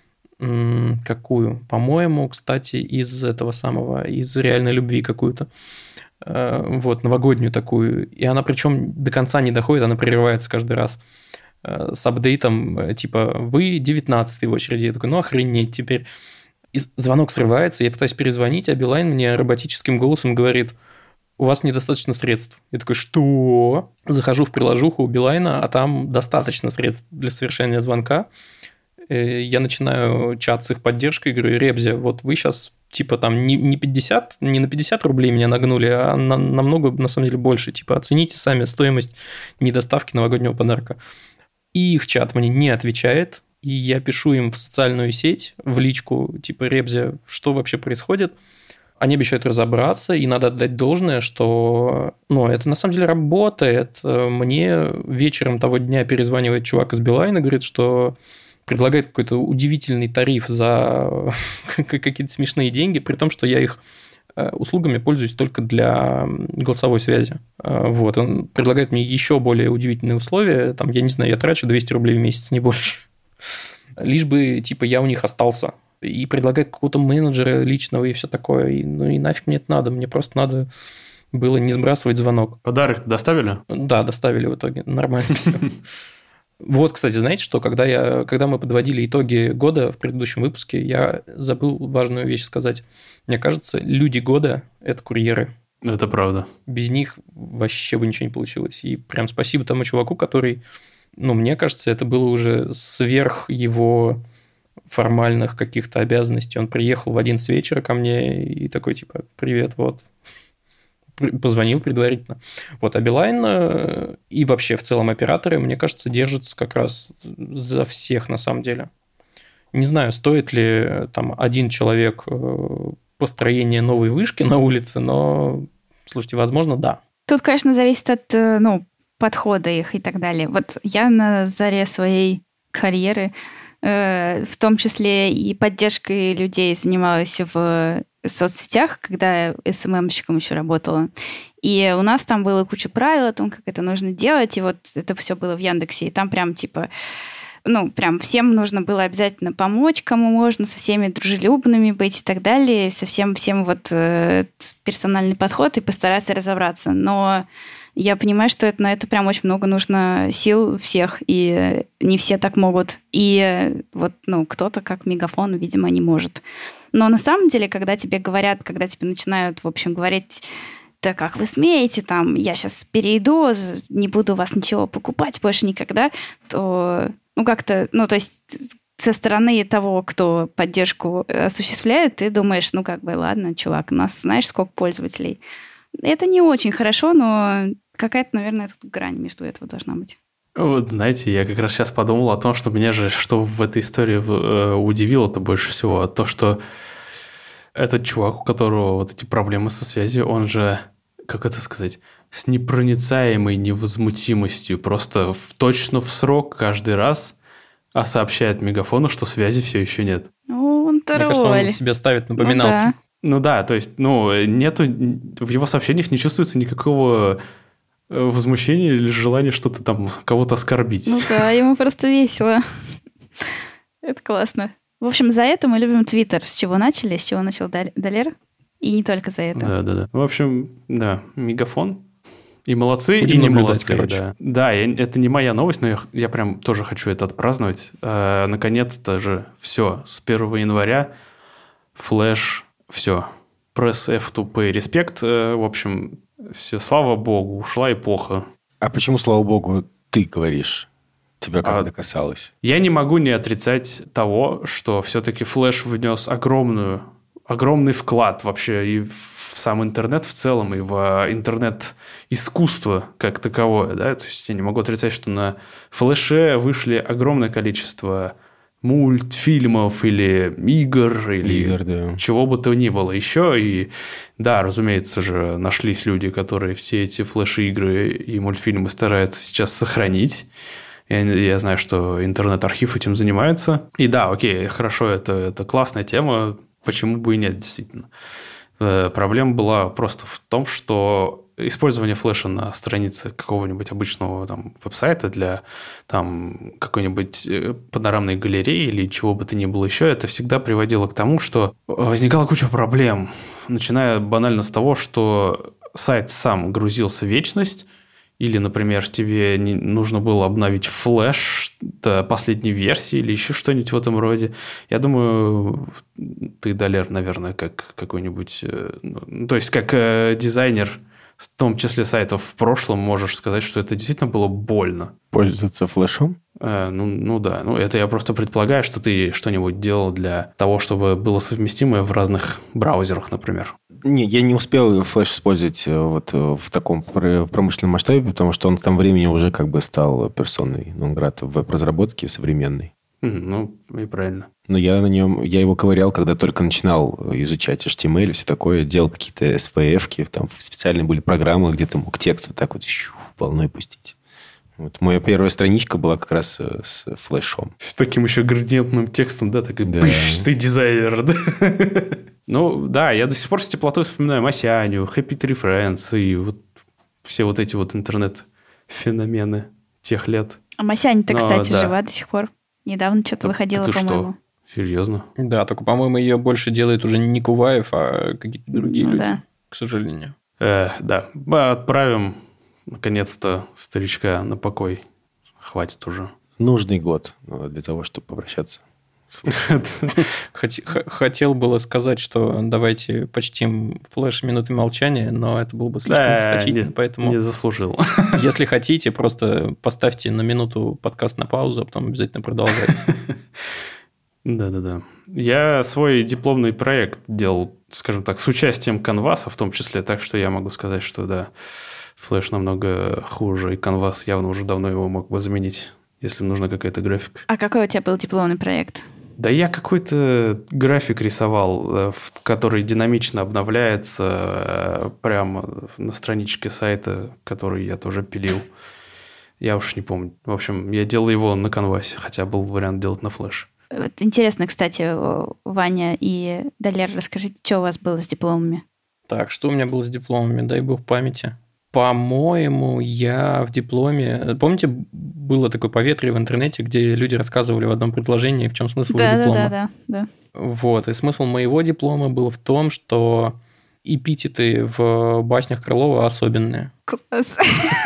какую? По-моему, кстати, из «Реальной любви» какую-то. Вот, новогоднюю такую. И она причем до конца не доходит, она прерывается каждый раз с апдейтом, типа, вы 19-й в очереди. Я такой, охренеть теперь. И звонок срывается, я пытаюсь перезвонить, а Билайн мне роботическим голосом говорит: у вас недостаточно средств. Я такой, что? Захожу в приложуху у Билайна, а там достаточно средств для совершения звонка. Я начинаю чат с их поддержкой, говорю: Ребзя, вот вы сейчас типа там не на 50 рублей меня нагнули, а намного, на самом деле, больше. Типа оцените сами стоимость недоставки новогоднего подарка. И их чат мне не отвечает, и я пишу им в социальную сеть, в личку, типа, Ребзя, что вообще происходит? Они обещают разобраться, и надо отдать должное, что это на самом деле работает. Мне вечером того дня перезванивает чувак из Билайна, говорит, что предлагает какой-то удивительный тариф за какие-то смешные деньги, при том, что я их услугами пользуюсь только для голосовой связи. Вот. Он предлагает мне еще более удивительные условия. Там, я не знаю, я трачу 200 рублей в месяц, не больше. Лишь бы, типа, я у них остался. И предлагает какого-то менеджера личного и все такое. И нафиг мне это надо. Мне просто надо было не сбрасывать звонок. Подарок доставили? Да, доставили в итоге. Нормально все. Вот, кстати, знаете что? Когда мы подводили итоги года в предыдущем выпуске, я забыл важную вещь сказать. Мне кажется, люди года – это курьеры. Это правда. Без них вообще бы ничего не получилось. И прям спасибо тому чуваку, который, мне кажется, это было уже сверх его формальных каких-то обязанностей. Он приехал в 11 вечера ко мне и такой, типа, привет, вот. Позвонил предварительно. Вот, а Билайн и вообще в целом операторы, мне кажется, держатся как раз за всех на самом деле. Не знаю, стоит ли там один человек построения новой вышки на улице, но, слушайте, возможно, да. Тут, конечно, зависит от подхода их и так далее. Вот я на заре своей карьеры, в том числе и поддержкой людей, занималась в соцсетях, когда СММщиком еще работала. И у нас там было куча правил о том, как это нужно делать, и вот это все было в Яндексе. И там прям типа... прям всем нужно было обязательно помочь, кому можно, со всеми дружелюбными быть и так далее, со всем вот персональный подход и постараться разобраться. Но я понимаю, что на это прям очень много нужно сил всех, и не все так могут. И вот, кто-то, как Мегафон, видимо, не может. Но на самом деле, когда тебе говорят, когда тебе начинают, в общем, говорить... Да как вы смеете, там, я сейчас перейду, не буду у вас ничего покупать больше никогда, то, как-то, то есть со стороны того, кто поддержку осуществляет, ты думаешь, ладно, чувак, у нас знаешь, сколько пользователей. Это не очень хорошо, но какая-то, наверное, тут грань между этого должна быть. Вот, знаете, я как раз сейчас подумал о том, что меня же, что в этой истории удивило-то больше всего, то, что этот чувак, у которого вот эти проблемы со связью, он же, как это сказать, с непроницаемой невозмутимостью, просто точно в срок каждый раз сообщает Мегафону, что связи все еще нет. Он тролль. Мне кажется, он себе ставит напоминалки. Да. Ну да, то есть, нету, в его сообщениях не чувствуется никакого возмущения или желания что-то там, кого-то оскорбить. Ну да, ему просто весело. Это классно. В общем, за это мы любим Твиттер. С чего начали, с чего начал Далер. И не только за это. Да. В общем, да, Мегафон. И молодцы, будем и не наблюдать, молодцы. короче. Да, это не моя новость, но я прям тоже хочу это отпраздновать. Наконец-то же все. С 1 января Flash, все. Press F2P, респект. В общем, все, слава богу, ушла эпоха. А почему, слава богу, ты говоришь? Тебя как это касалось? Я не могу не отрицать того, что все-таки Flash внес огромный вклад вообще и в сам интернет в целом, и в интернет-искусство как таковое. Да? То есть я не могу отрицать, что на Флэше вышли огромное количество мультфильмов или игр, или чего бы то ни было еще. И да, разумеется же, нашлись люди, которые все эти флеш-игры и мультфильмы стараются сейчас сохранить. Я знаю, что интернет-архив этим занимается. И да, окей, хорошо, это классная тема. Почему бы и нет, действительно. Проблема была просто в том, что использование флеша на странице какого-нибудь обычного там веб-сайта для там какой-нибудь панорамной галереи или чего бы то ни было еще, это всегда приводило к тому, что возникала куча проблем, начиная банально с того, что сайт сам грузился в вечность, или, например, тебе нужно было обновить флеш до последней версии или еще что-нибудь в этом роде. Я думаю, ты, Далер, наверное, как какой-нибудь... то есть, как дизайнер, в том числе сайтов в прошлом, можешь сказать, что это действительно было больно. Пользоваться флешом? Ну да. Это я просто предполагаю, что ты что-нибудь делал для того, чтобы было совместимое в разных браузерах, например. Не, я не успел флеш использовать вот в таком промышленном масштабе, потому что он к тому времени уже как бы стал персоной нон-грата в веб-разработке современной. Ну, и правильно. Но я его ковырял, когда только начинал изучать HTML и все такое, делал какие-то SVF-ки, там специальные были программы, где ты мог текст вот так вот волной пустить. Вот моя первая страничка была как раз с флешом. С таким еще градиентным текстом, да, такой, пыщ, ты дизайнер, да? Ну, да, я до сих пор с теплотой вспоминаю Масяню, Happy Tree Friends и вот все вот эти вот интернет-феномены тех лет. А Масянь-то, кстати, жива до сих пор. Недавно что-то выходило, по-моему. Что? Серьезно? Да, только, по-моему, ее больше делает уже не Куваев, а какие-то другие люди, да. К сожалению. Да, отправим, наконец-то, старичка на покой. Хватит уже. Нужный год для того, чтобы попрощаться. Хотел было сказать, что давайте почтим флеш минуты молчания, но это было бы слишком расточительно, поэтому... Не заслужил. Если хотите, просто поставьте на минуту подкаст на паузу, а потом обязательно продолжайте. Да. Я свой дипломный проект делал, скажем так, с участием Canvas, в том числе, так что я могу сказать, что да, флеш намного хуже, и Canvas явно уже давно его мог бы заменить, если нужна какая-то графика. А какой у тебя был дипломный проект? Да я какой-то график рисовал, который динамично обновляется прямо на страничке сайта, который я тоже пилил. Я уж не помню. В общем, я делал его на Canvas, хотя был вариант делать на флеш. Вот интересно, кстати, Ваня и Далер, расскажите, что у вас было с дипломами? Так, что у меня было с дипломами? Дай бог памяти. По-моему, я в дипломе... Помните, было такое поветрие в интернете, где люди рассказывали в одном предложении, в чем смысл диплома? Да. Вот, и смысл моего диплома был в том, что эпитеты в баснях Крылова особенные. Класс.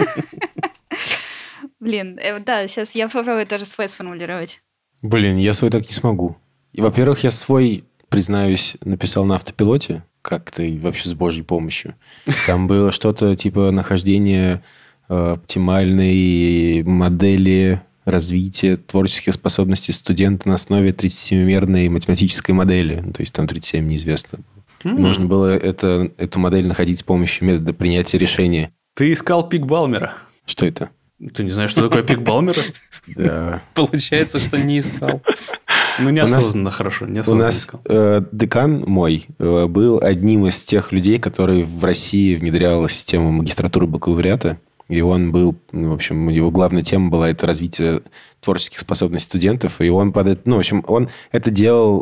Блин, да, сейчас я попробую тоже свой сформулировать. Блин, я свой так не смогу. И, во-первых, я свой, признаюсь, написал на автопилоте, как-то и вообще с Божьей помощью. Там было что-то типа нахождение оптимальной модели развития творческих способностей студента на основе 37-мерной математической модели. То есть там 37 неизвестно. Нужно было эту модель находить с помощью метода принятия решения. Ты искал пик Балмера. Что это? Ты не знаешь, что такое пик Балмера? Да. Получается, что не искал. Ну, неосознанно хорошо. У нас декан мой был одним из тех людей, который в России внедрял систему магистратуры бакалавриата. И он был, в общем, его главная тема была это развитие творческих способностей студентов. И он он это делал...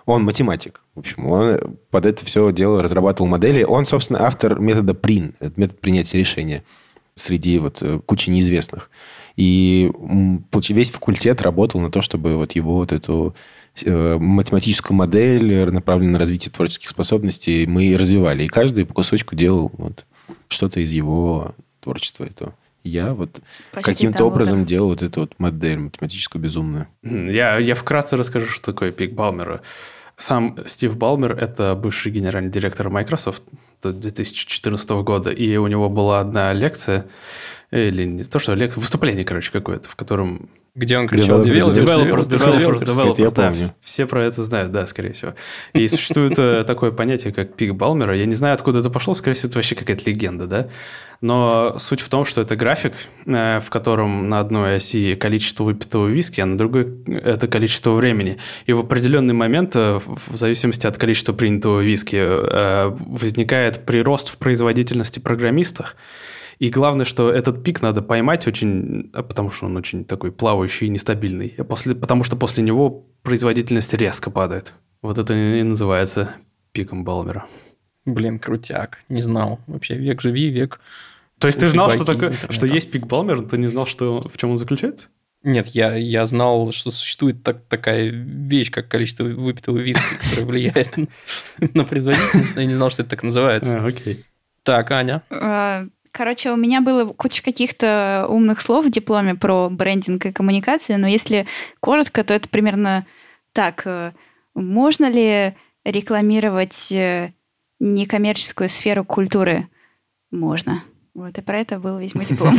Он математик. В общем, он под это все дело разрабатывал модели. Он, собственно, автор метода PRIN, это метод принятия решения среди вот кучи неизвестных. И весь факультет работал на то, чтобы вот его вот эту математическую модель, направленную на развитие творческих способностей, мы развивали. И каждый по кусочку делал вот что-то из его творчества этого. Я вот каким-то образом делал вот эту вот модель математическую безумную. Я вкратце расскажу, что такое пик Балмера. Сам Стив Балмер – это бывший генеральный директор Microsoft до 2014 года, и у него была одна лекция, или не то, что лекция, выступление, короче, какое-то, в котором... Где он кричал Developers, да, все про это знают, да, скорее всего. И существует такое понятие, как пик Балмера. Я не знаю, откуда это пошло, скорее всего, это вообще какая-то легенда, да? Но суть в том, что это график, в котором на одной оси количество выпитого виски, а на другой – это количество времени. И в определенный момент, в зависимости от количества принятого виски, возникает прирост в производительности программистов. И главное, что этот пик надо поймать очень, потому что он очень такой плавающий и нестабильный. Потому что после него производительность резко падает. Вот это и называется пиком Балмера. Блин, крутяк. Не знал. Вообще, век живи, век... То есть ты знал, что есть пик Балмера, но ты не знал, в чем он заключается? Нет, я знал, что существует такая вещь, как количество выпитого виски, которое влияет на производительность, но я не знал, что это так называется. Окей. Так, Аня. Короче, у меня было куча каких-то умных слов в дипломе про брендинг и коммуникации, но если коротко, то это примерно так. Можно ли рекламировать некоммерческую сферу культуры? Можно. Вот, и про это был весь мой диплом.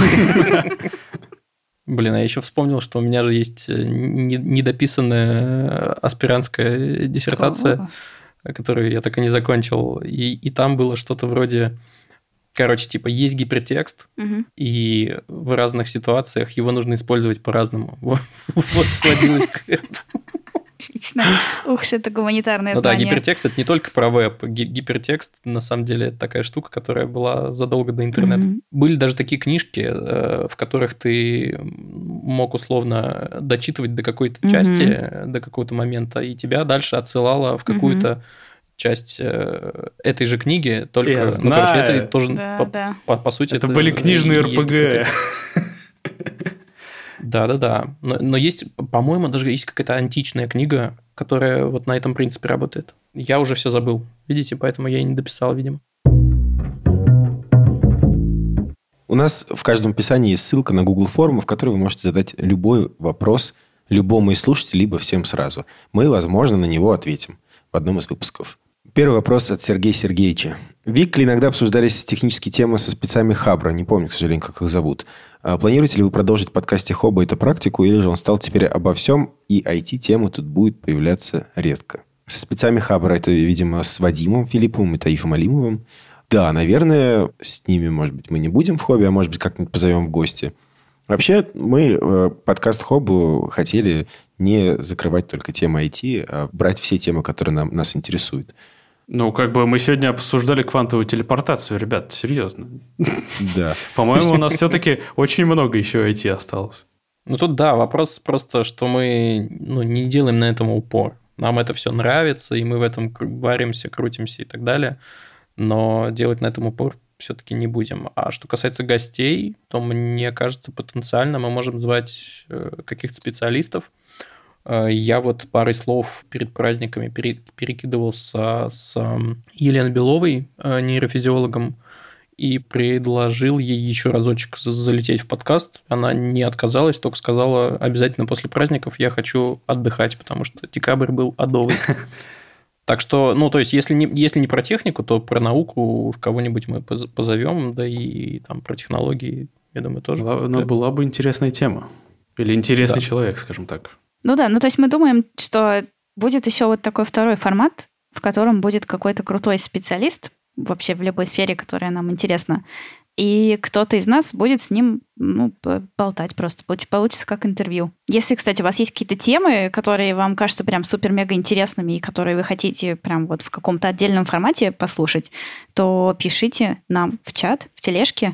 Блин, а я еще вспомнил, что у меня же есть недописанная аспирантская диссертация, которую я так и не закончил. И там было что-то вроде... Короче, типа, есть гипертекст, и в разных ситуациях его нужно использовать по-разному. Вот сводилось к этому. Отлично. Ух, это гуманитарное знание. Ну да, гипертекст – это не только про веб. Гипертекст, на самом деле, это такая штука, которая была задолго до интернета. Были даже такие книжки, в которых ты мог условно дочитывать до какой-то части, до какого-то момента, и тебя дальше отсылало в какую-то часть этой же книги, только, короче, это тоже, по сути... Это были книжные РПГ. Да. Но есть, по-моему, даже есть какая-то античная книга, которая вот на этом принципе работает. Я уже все забыл, видите, поэтому я и не дописал, видимо. У нас в каждом описании есть ссылка на Google форму, в которой вы можете задать любой вопрос любому из слушателей, либо всем сразу. Мы, возможно, на него ответим в одном из выпусков. Первый вопрос от Сергея Сергеевича. В Викле иногда обсуждались технические темы со спецами Хабра. Не помню, к сожалению, как их зовут. Планируете ли вы продолжить в подкасте Хоба эту практику, или же он стал теперь обо всем, и IT-тема тут будет появляться редко? Со спецами Хабра это, видимо, с Вадимом Филипповым и Таифом Алимовым. Да, наверное, с ними, может быть, мы не будем в Хобе, а может быть, как-нибудь позовем в гости. Вообще, мы подкаст Хобу хотели не закрывать только темы IT, а брать все темы, которые нас интересуют. Ну, как бы мы сегодня обсуждали квантовую телепортацию, ребят, серьезно. Да. По-моему, у нас все-таки очень много еще IT осталось. Ну, тут, да, вопрос просто, что мы не делаем на этом упор. Нам это все нравится, и мы в этом варимся, крутимся и так далее. Но делать на этом упор все-таки не будем. А что касается гостей, то, мне кажется, потенциально мы можем звать каких-то специалистов. Я вот парой слов перед праздниками перекидывался с Еленой Беловой, нейрофизиологом, и предложил ей еще разочек залететь в подкаст. Она не отказалась, только сказала, обязательно после праздников я хочу отдыхать, потому что декабрь был адовый. Так что, то есть, если не про технику, то про науку уж кого-нибудь мы позовем, да и там про технологии, я думаю, тоже. Но была бы интересная тема. Или интересный человек, скажем так. Ну да, то есть мы думаем, что будет еще вот такой второй формат, в котором будет какой-то крутой специалист вообще в любой сфере, которая нам интересна, и кто-то из нас будет с ним болтать просто. Получится как интервью. Если, кстати, у вас есть какие-то темы, которые вам кажутся прям супер-мега интересными, и которые вы хотите прям вот в каком-то отдельном формате послушать, то пишите нам в чат, в тележке,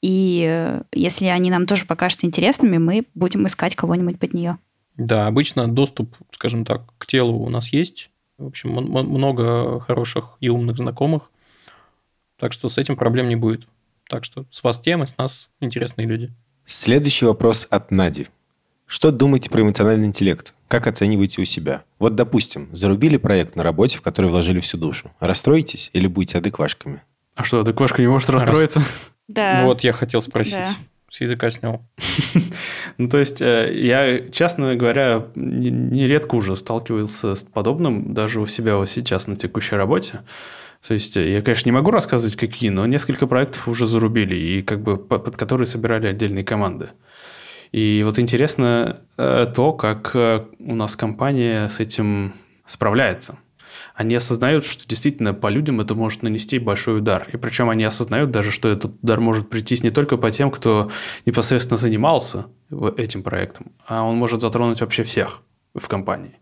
и если они нам тоже покажутся интересными, мы будем искать кого-нибудь под нее. Да, обычно доступ, скажем так, к телу у нас есть. В общем, много хороших и умных знакомых. Так что с этим проблем не будет. Так что с вас темы, с нас интересные люди. Следующий вопрос от Нади. Что думаете про эмоциональный интеллект? Как оцениваете у себя? Вот, допустим, зарубили проект на работе, в который вложили всю душу. Расстроитесь или будете адеквашками? А что, адеквашка не может расстроиться? Да. Вот я хотел спросить. Да. С языка снял. Ну, то есть, я, честно говоря, нередко уже сталкивался с подобным, даже у себя вот сейчас на текущей работе. То есть, я, конечно, не могу рассказывать, какие, но несколько проектов уже зарубили, и как бы под которые собирали отдельные команды. И вот интересно то, как у нас компания с этим справляется. Они осознают, что действительно по людям это может нанести большой удар. И причем они осознают даже, что этот удар может прийтись не только по тем, кто непосредственно занимался этим проектом, а он может затронуть вообще всех в компании.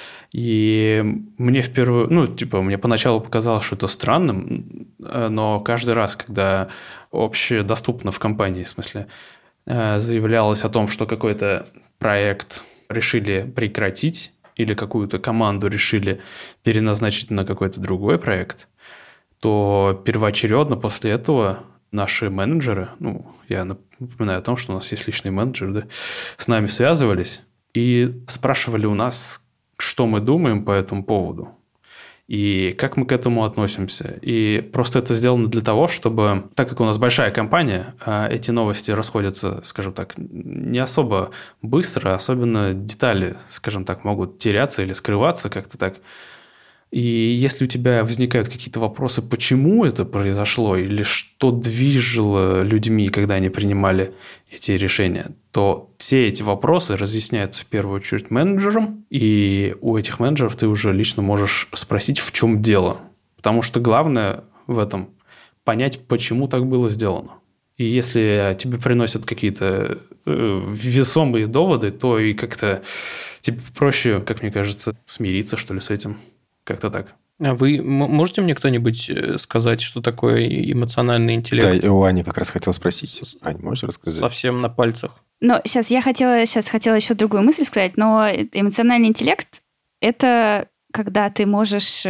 И мне мне поначалу показалось, что это странным, но каждый раз, когда общедоступно в компании, в смысле, заявлялось о том, что какой-то проект решили прекратить или какую-то команду решили переназначить на какой-то другой проект, то первоочередно после этого наши менеджеры, я напоминаю о том, что у нас есть личный менеджер, да, с нами связывались и спрашивали у нас, что мы думаем по этому поводу и как мы к этому относимся. И просто это сделано для того, чтобы, так как у нас большая компания, эти новости расходятся, скажем так, не особо быстро, особенно детали, скажем так, могут теряться или скрываться как-то так. И если у тебя возникают какие-то вопросы, почему это произошло, или что движило людьми, когда они принимали эти решения, то все эти вопросы разъясняются в первую очередь менеджером, и у этих менеджеров ты уже лично можешь спросить, в чем дело. Потому что главное в этом понять, почему так было сделано. И если тебе приносят какие-то весомые доводы, то и как-то тебе проще, как мне кажется, смириться, что ли, с этим. Как-то так. А вы можете мне кто-нибудь сказать, что такое эмоциональный интеллект? Да, у Ани как раз хотел спросить. Ань, можешь рассказать? Совсем на пальцах. Но я хотела еще другую мысль сказать, но эмоциональный интеллект – это когда ты можешь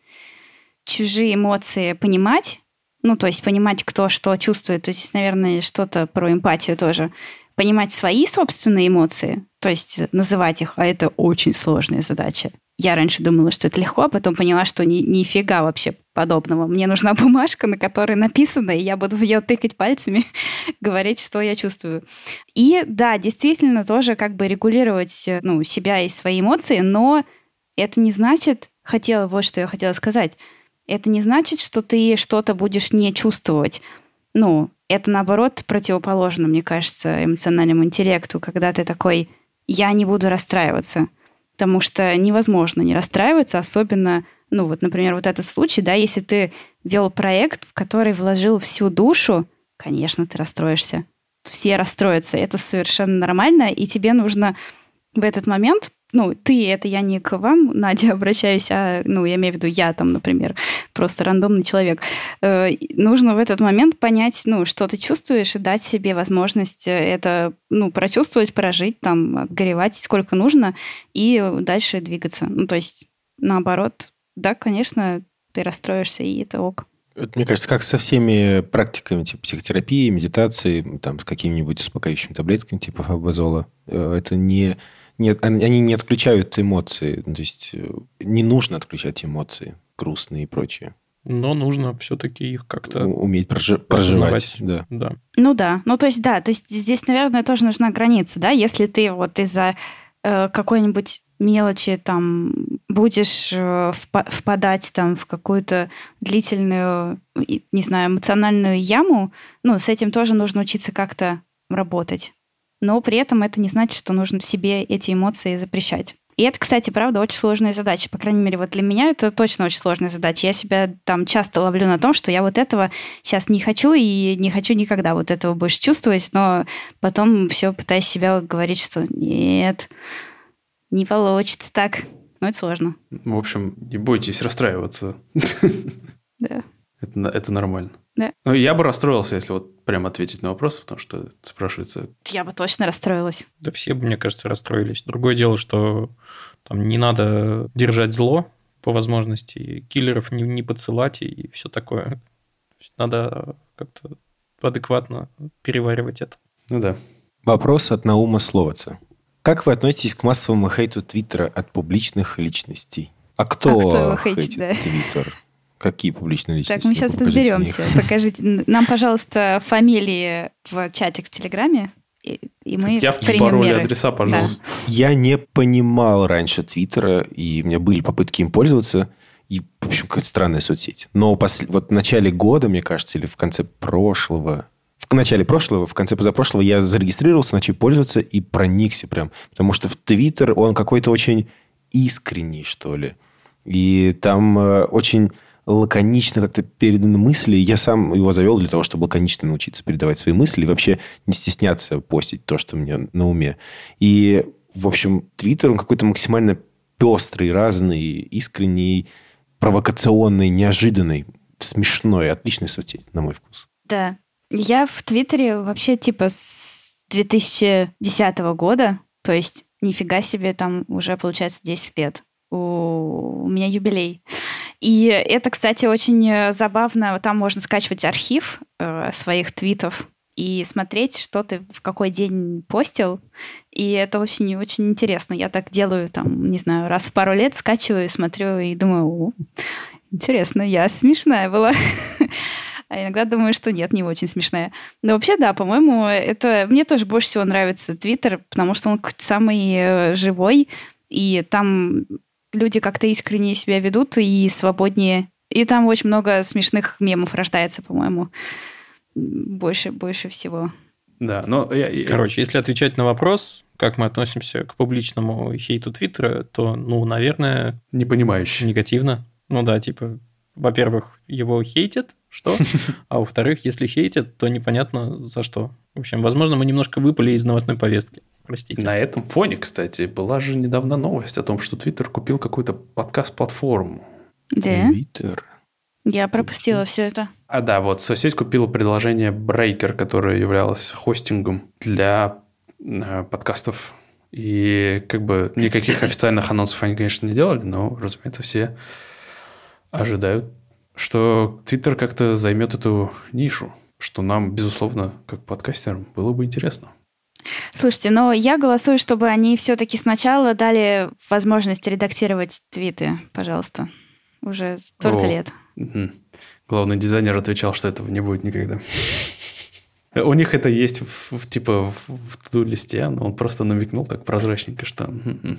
чужие эмоции понимать, то есть понимать, кто что чувствует, то есть, наверное, что-то про эмпатию тоже, понимать свои собственные эмоции, то есть называть их, а это очень сложная задача. Я раньше думала, что это легко, а потом поняла, что нифига вообще подобного. Мне нужна бумажка, на которой написано, и я буду в нее тыкать пальцами, говорить, что я чувствую. И да, действительно тоже как бы регулировать себя и свои эмоции, но это не значит, вот что я хотела сказать, это не значит, что ты что-то будешь не чувствовать. Это наоборот противоположно, мне кажется, эмоциональному интеллекту, когда ты такой, я не буду расстраиваться. Потому что невозможно не расстраиваться, особенно, например, вот этот случай, да, если ты вел проект, в который вложил всю душу, конечно, ты расстроишься. Все расстроятся, это совершенно нормально, и тебе нужно в этот момент, это я не к вам, Надя, обращаюсь, а, я имею в виду я там, например, просто рандомный человек. Нужно в этот момент понять, что ты чувствуешь, и дать себе возможность это, прочувствовать, прожить, там, отгоревать сколько нужно, и дальше двигаться. То есть, наоборот, да, конечно, ты расстроишься, и это ок. Это, мне кажется, как со всеми практиками типа психотерапии, медитации, там, с какими-нибудь успокаивающими таблетками типа фабазола. Это они не отключают эмоции. То есть не нужно отключать эмоции грустные и прочее. Но нужно все-таки их как-то уметь проживать. Да. То есть здесь, наверное, тоже нужна граница, да, если ты вот из-за какой-нибудь мелочи там будешь впадать там в какую-то длительную, не знаю, эмоциональную яму, с этим тоже нужно учиться как-то работать. Но при этом это не значит, что нужно себе эти эмоции запрещать. И это, кстати, правда, очень сложная задача. По крайней мере, вот для меня это точно очень сложная задача. Я себя там часто ловлю на том, что я вот этого сейчас не хочу и не хочу никогда вот этого больше чувствовать, но потом все пытаюсь себя говорить, что нет, не получится так. Но это сложно. В общем, не бойтесь расстраиваться. Да. Это нормально. Да. Я бы расстроился, если вот прямо ответить на вопрос, потому что спрашивается... Я бы точно расстроилась. Да все бы, мне кажется, расстроились. Другое дело, что там не надо держать зло по возможности киллеров не подсылать и все такое. Надо как-то адекватно переваривать это. Ну да. Вопрос от Наума Словаца. Как вы относитесь к массовому хейту Твиттера от публичных личностей? А кто его хейтит Твиттер? Какие публичные личности? Так, мы сейчас разберемся. Покажите нам, пожалуйста, фамилии в чатик в Телеграме, и мы примем пароль, меры. адреса, пожалуйста. Да. Я не понимал раньше Твиттера, и у меня были попытки им пользоваться, и, в общем, какая-то странная соцсеть. Но вот в начале года, мне кажется, или в конце прошлого... В начале прошлого, в конце позапрошлого я зарегистрировался, начал пользоваться и проникся прям. Потому что в Твиттер он какой-то очень искренний, что ли. И там очень лаконично как-то переданы мысли. Я сам его завел для того, чтобы лаконично научиться передавать свои мысли и вообще не стесняться постить то, что мне на уме. И, в общем, Твиттер, он какой-то максимально пестрый, разный, искренний, провокационный, неожиданный, смешной, отличная соцсеть, на мой вкус. Да. Я в Твиттере вообще типа с 2010 года, то есть нифига себе, там уже получается 10 лет. У меня юбилей. И это, кстати, очень забавно. Там можно скачивать архив своих твитов и смотреть, что ты в какой день постил. И это очень-очень интересно. Я так делаю, там, не знаю, раз в пару лет скачиваю, смотрю и думаю, интересно, я смешная была. А иногда думаю, что нет, не очень смешная. Но вообще, да, по-моему, это... Мне тоже больше всего нравится Твиттер, потому что он какой-то самый живой, и там люди как-то искренне себя ведут и свободнее. И там очень много смешных мемов рождается, по-моему. Больше всего. Да, но... Короче, если отвечать на вопрос, как мы относимся к публичному хейту Твиттера, то, наверное... Непонимающе. Негативно. Ну да, типа... Во-первых, его хейтят, что? А во-вторых, если хейтят, то непонятно за что. В общем, возможно, мы немножко выпали из новостной повестки. Простите. На этом фоне, кстати, была же недавно новость о том, что Твиттер купил какую-то подкаст-платформу. Да? Твиттер. Я пропустила все это. Да, вот соцсеть купила приложение Breaker, которое являлось хостингом для подкастов. И как бы никаких официальных анонсов они, конечно, не делали, но, разумеется, все... ожидают, что Твиттер как-то займет эту нишу, что нам, безусловно, как подкастерам, было бы интересно. Слушайте, но я голосую, чтобы они все-таки сначала дали возможность редактировать твиты, пожалуйста. Уже столько лет. Угу. Главный дизайнер отвечал, что этого не будет никогда. У них это есть в ту-листе, но он просто намекнул так прозрачненько, что...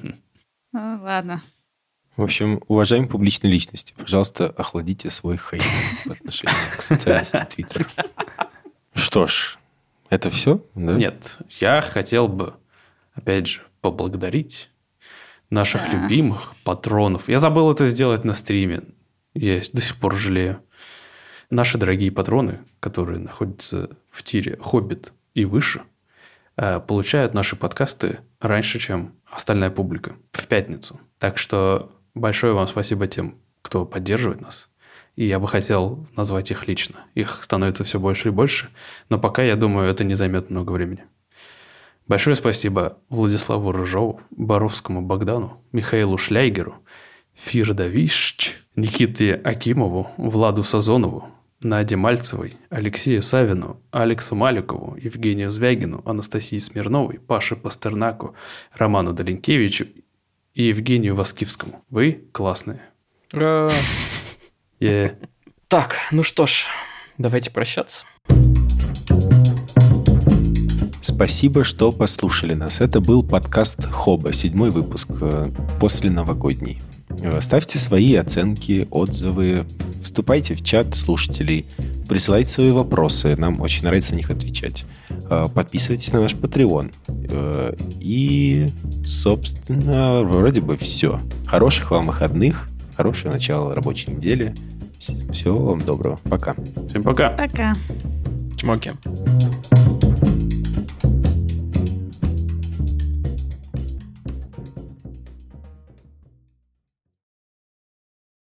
Ладно. В общем, уважаемые публичные личности, пожалуйста, охладите свой хейт по отношению к социальности Твиттера. Что ж, это все? Да? Нет, я хотел бы, опять же, поблагодарить наших любимых патронов. Я забыл это сделать на стриме. Я до сих пор жалею. Наши дорогие патроны, которые находятся в тире «Хоббит» и выше, получают наши подкасты раньше, чем остальная публика, в пятницу. Так что... большое вам спасибо тем, кто поддерживает нас. И я бы хотел назвать их лично. Их становится все больше и больше. Но пока, я думаю, это не займет много времени. Большое спасибо Владиславу Рыжову, Боровскому Богдану, Михаилу Шляйгеру, Фирдавищ, Никите Акимову, Владу Сазонову, Наде Мальцевой, Алексею Савину, Алексу Маликову, Евгению Звягину, Анастасии Смирновой, Паше Пастернаку, Роману Долинкевичу и Евгению Воскивскому. Вы классные. Так, ну что ж, давайте прощаться. Спасибо, что послушали нас. Это был подкаст Хоба, 7-й выпуск, после новогодний. Ставьте свои оценки, отзывы, вступайте в чат слушателей, присылайте свои вопросы, нам очень нравится на них отвечать. Подписывайтесь на наш Patreon. И, собственно, вроде бы все. Хороших вам выходных, хорошего начала рабочей недели. Всего вам доброго. Пока. Всем пока. Пока. Чмоки.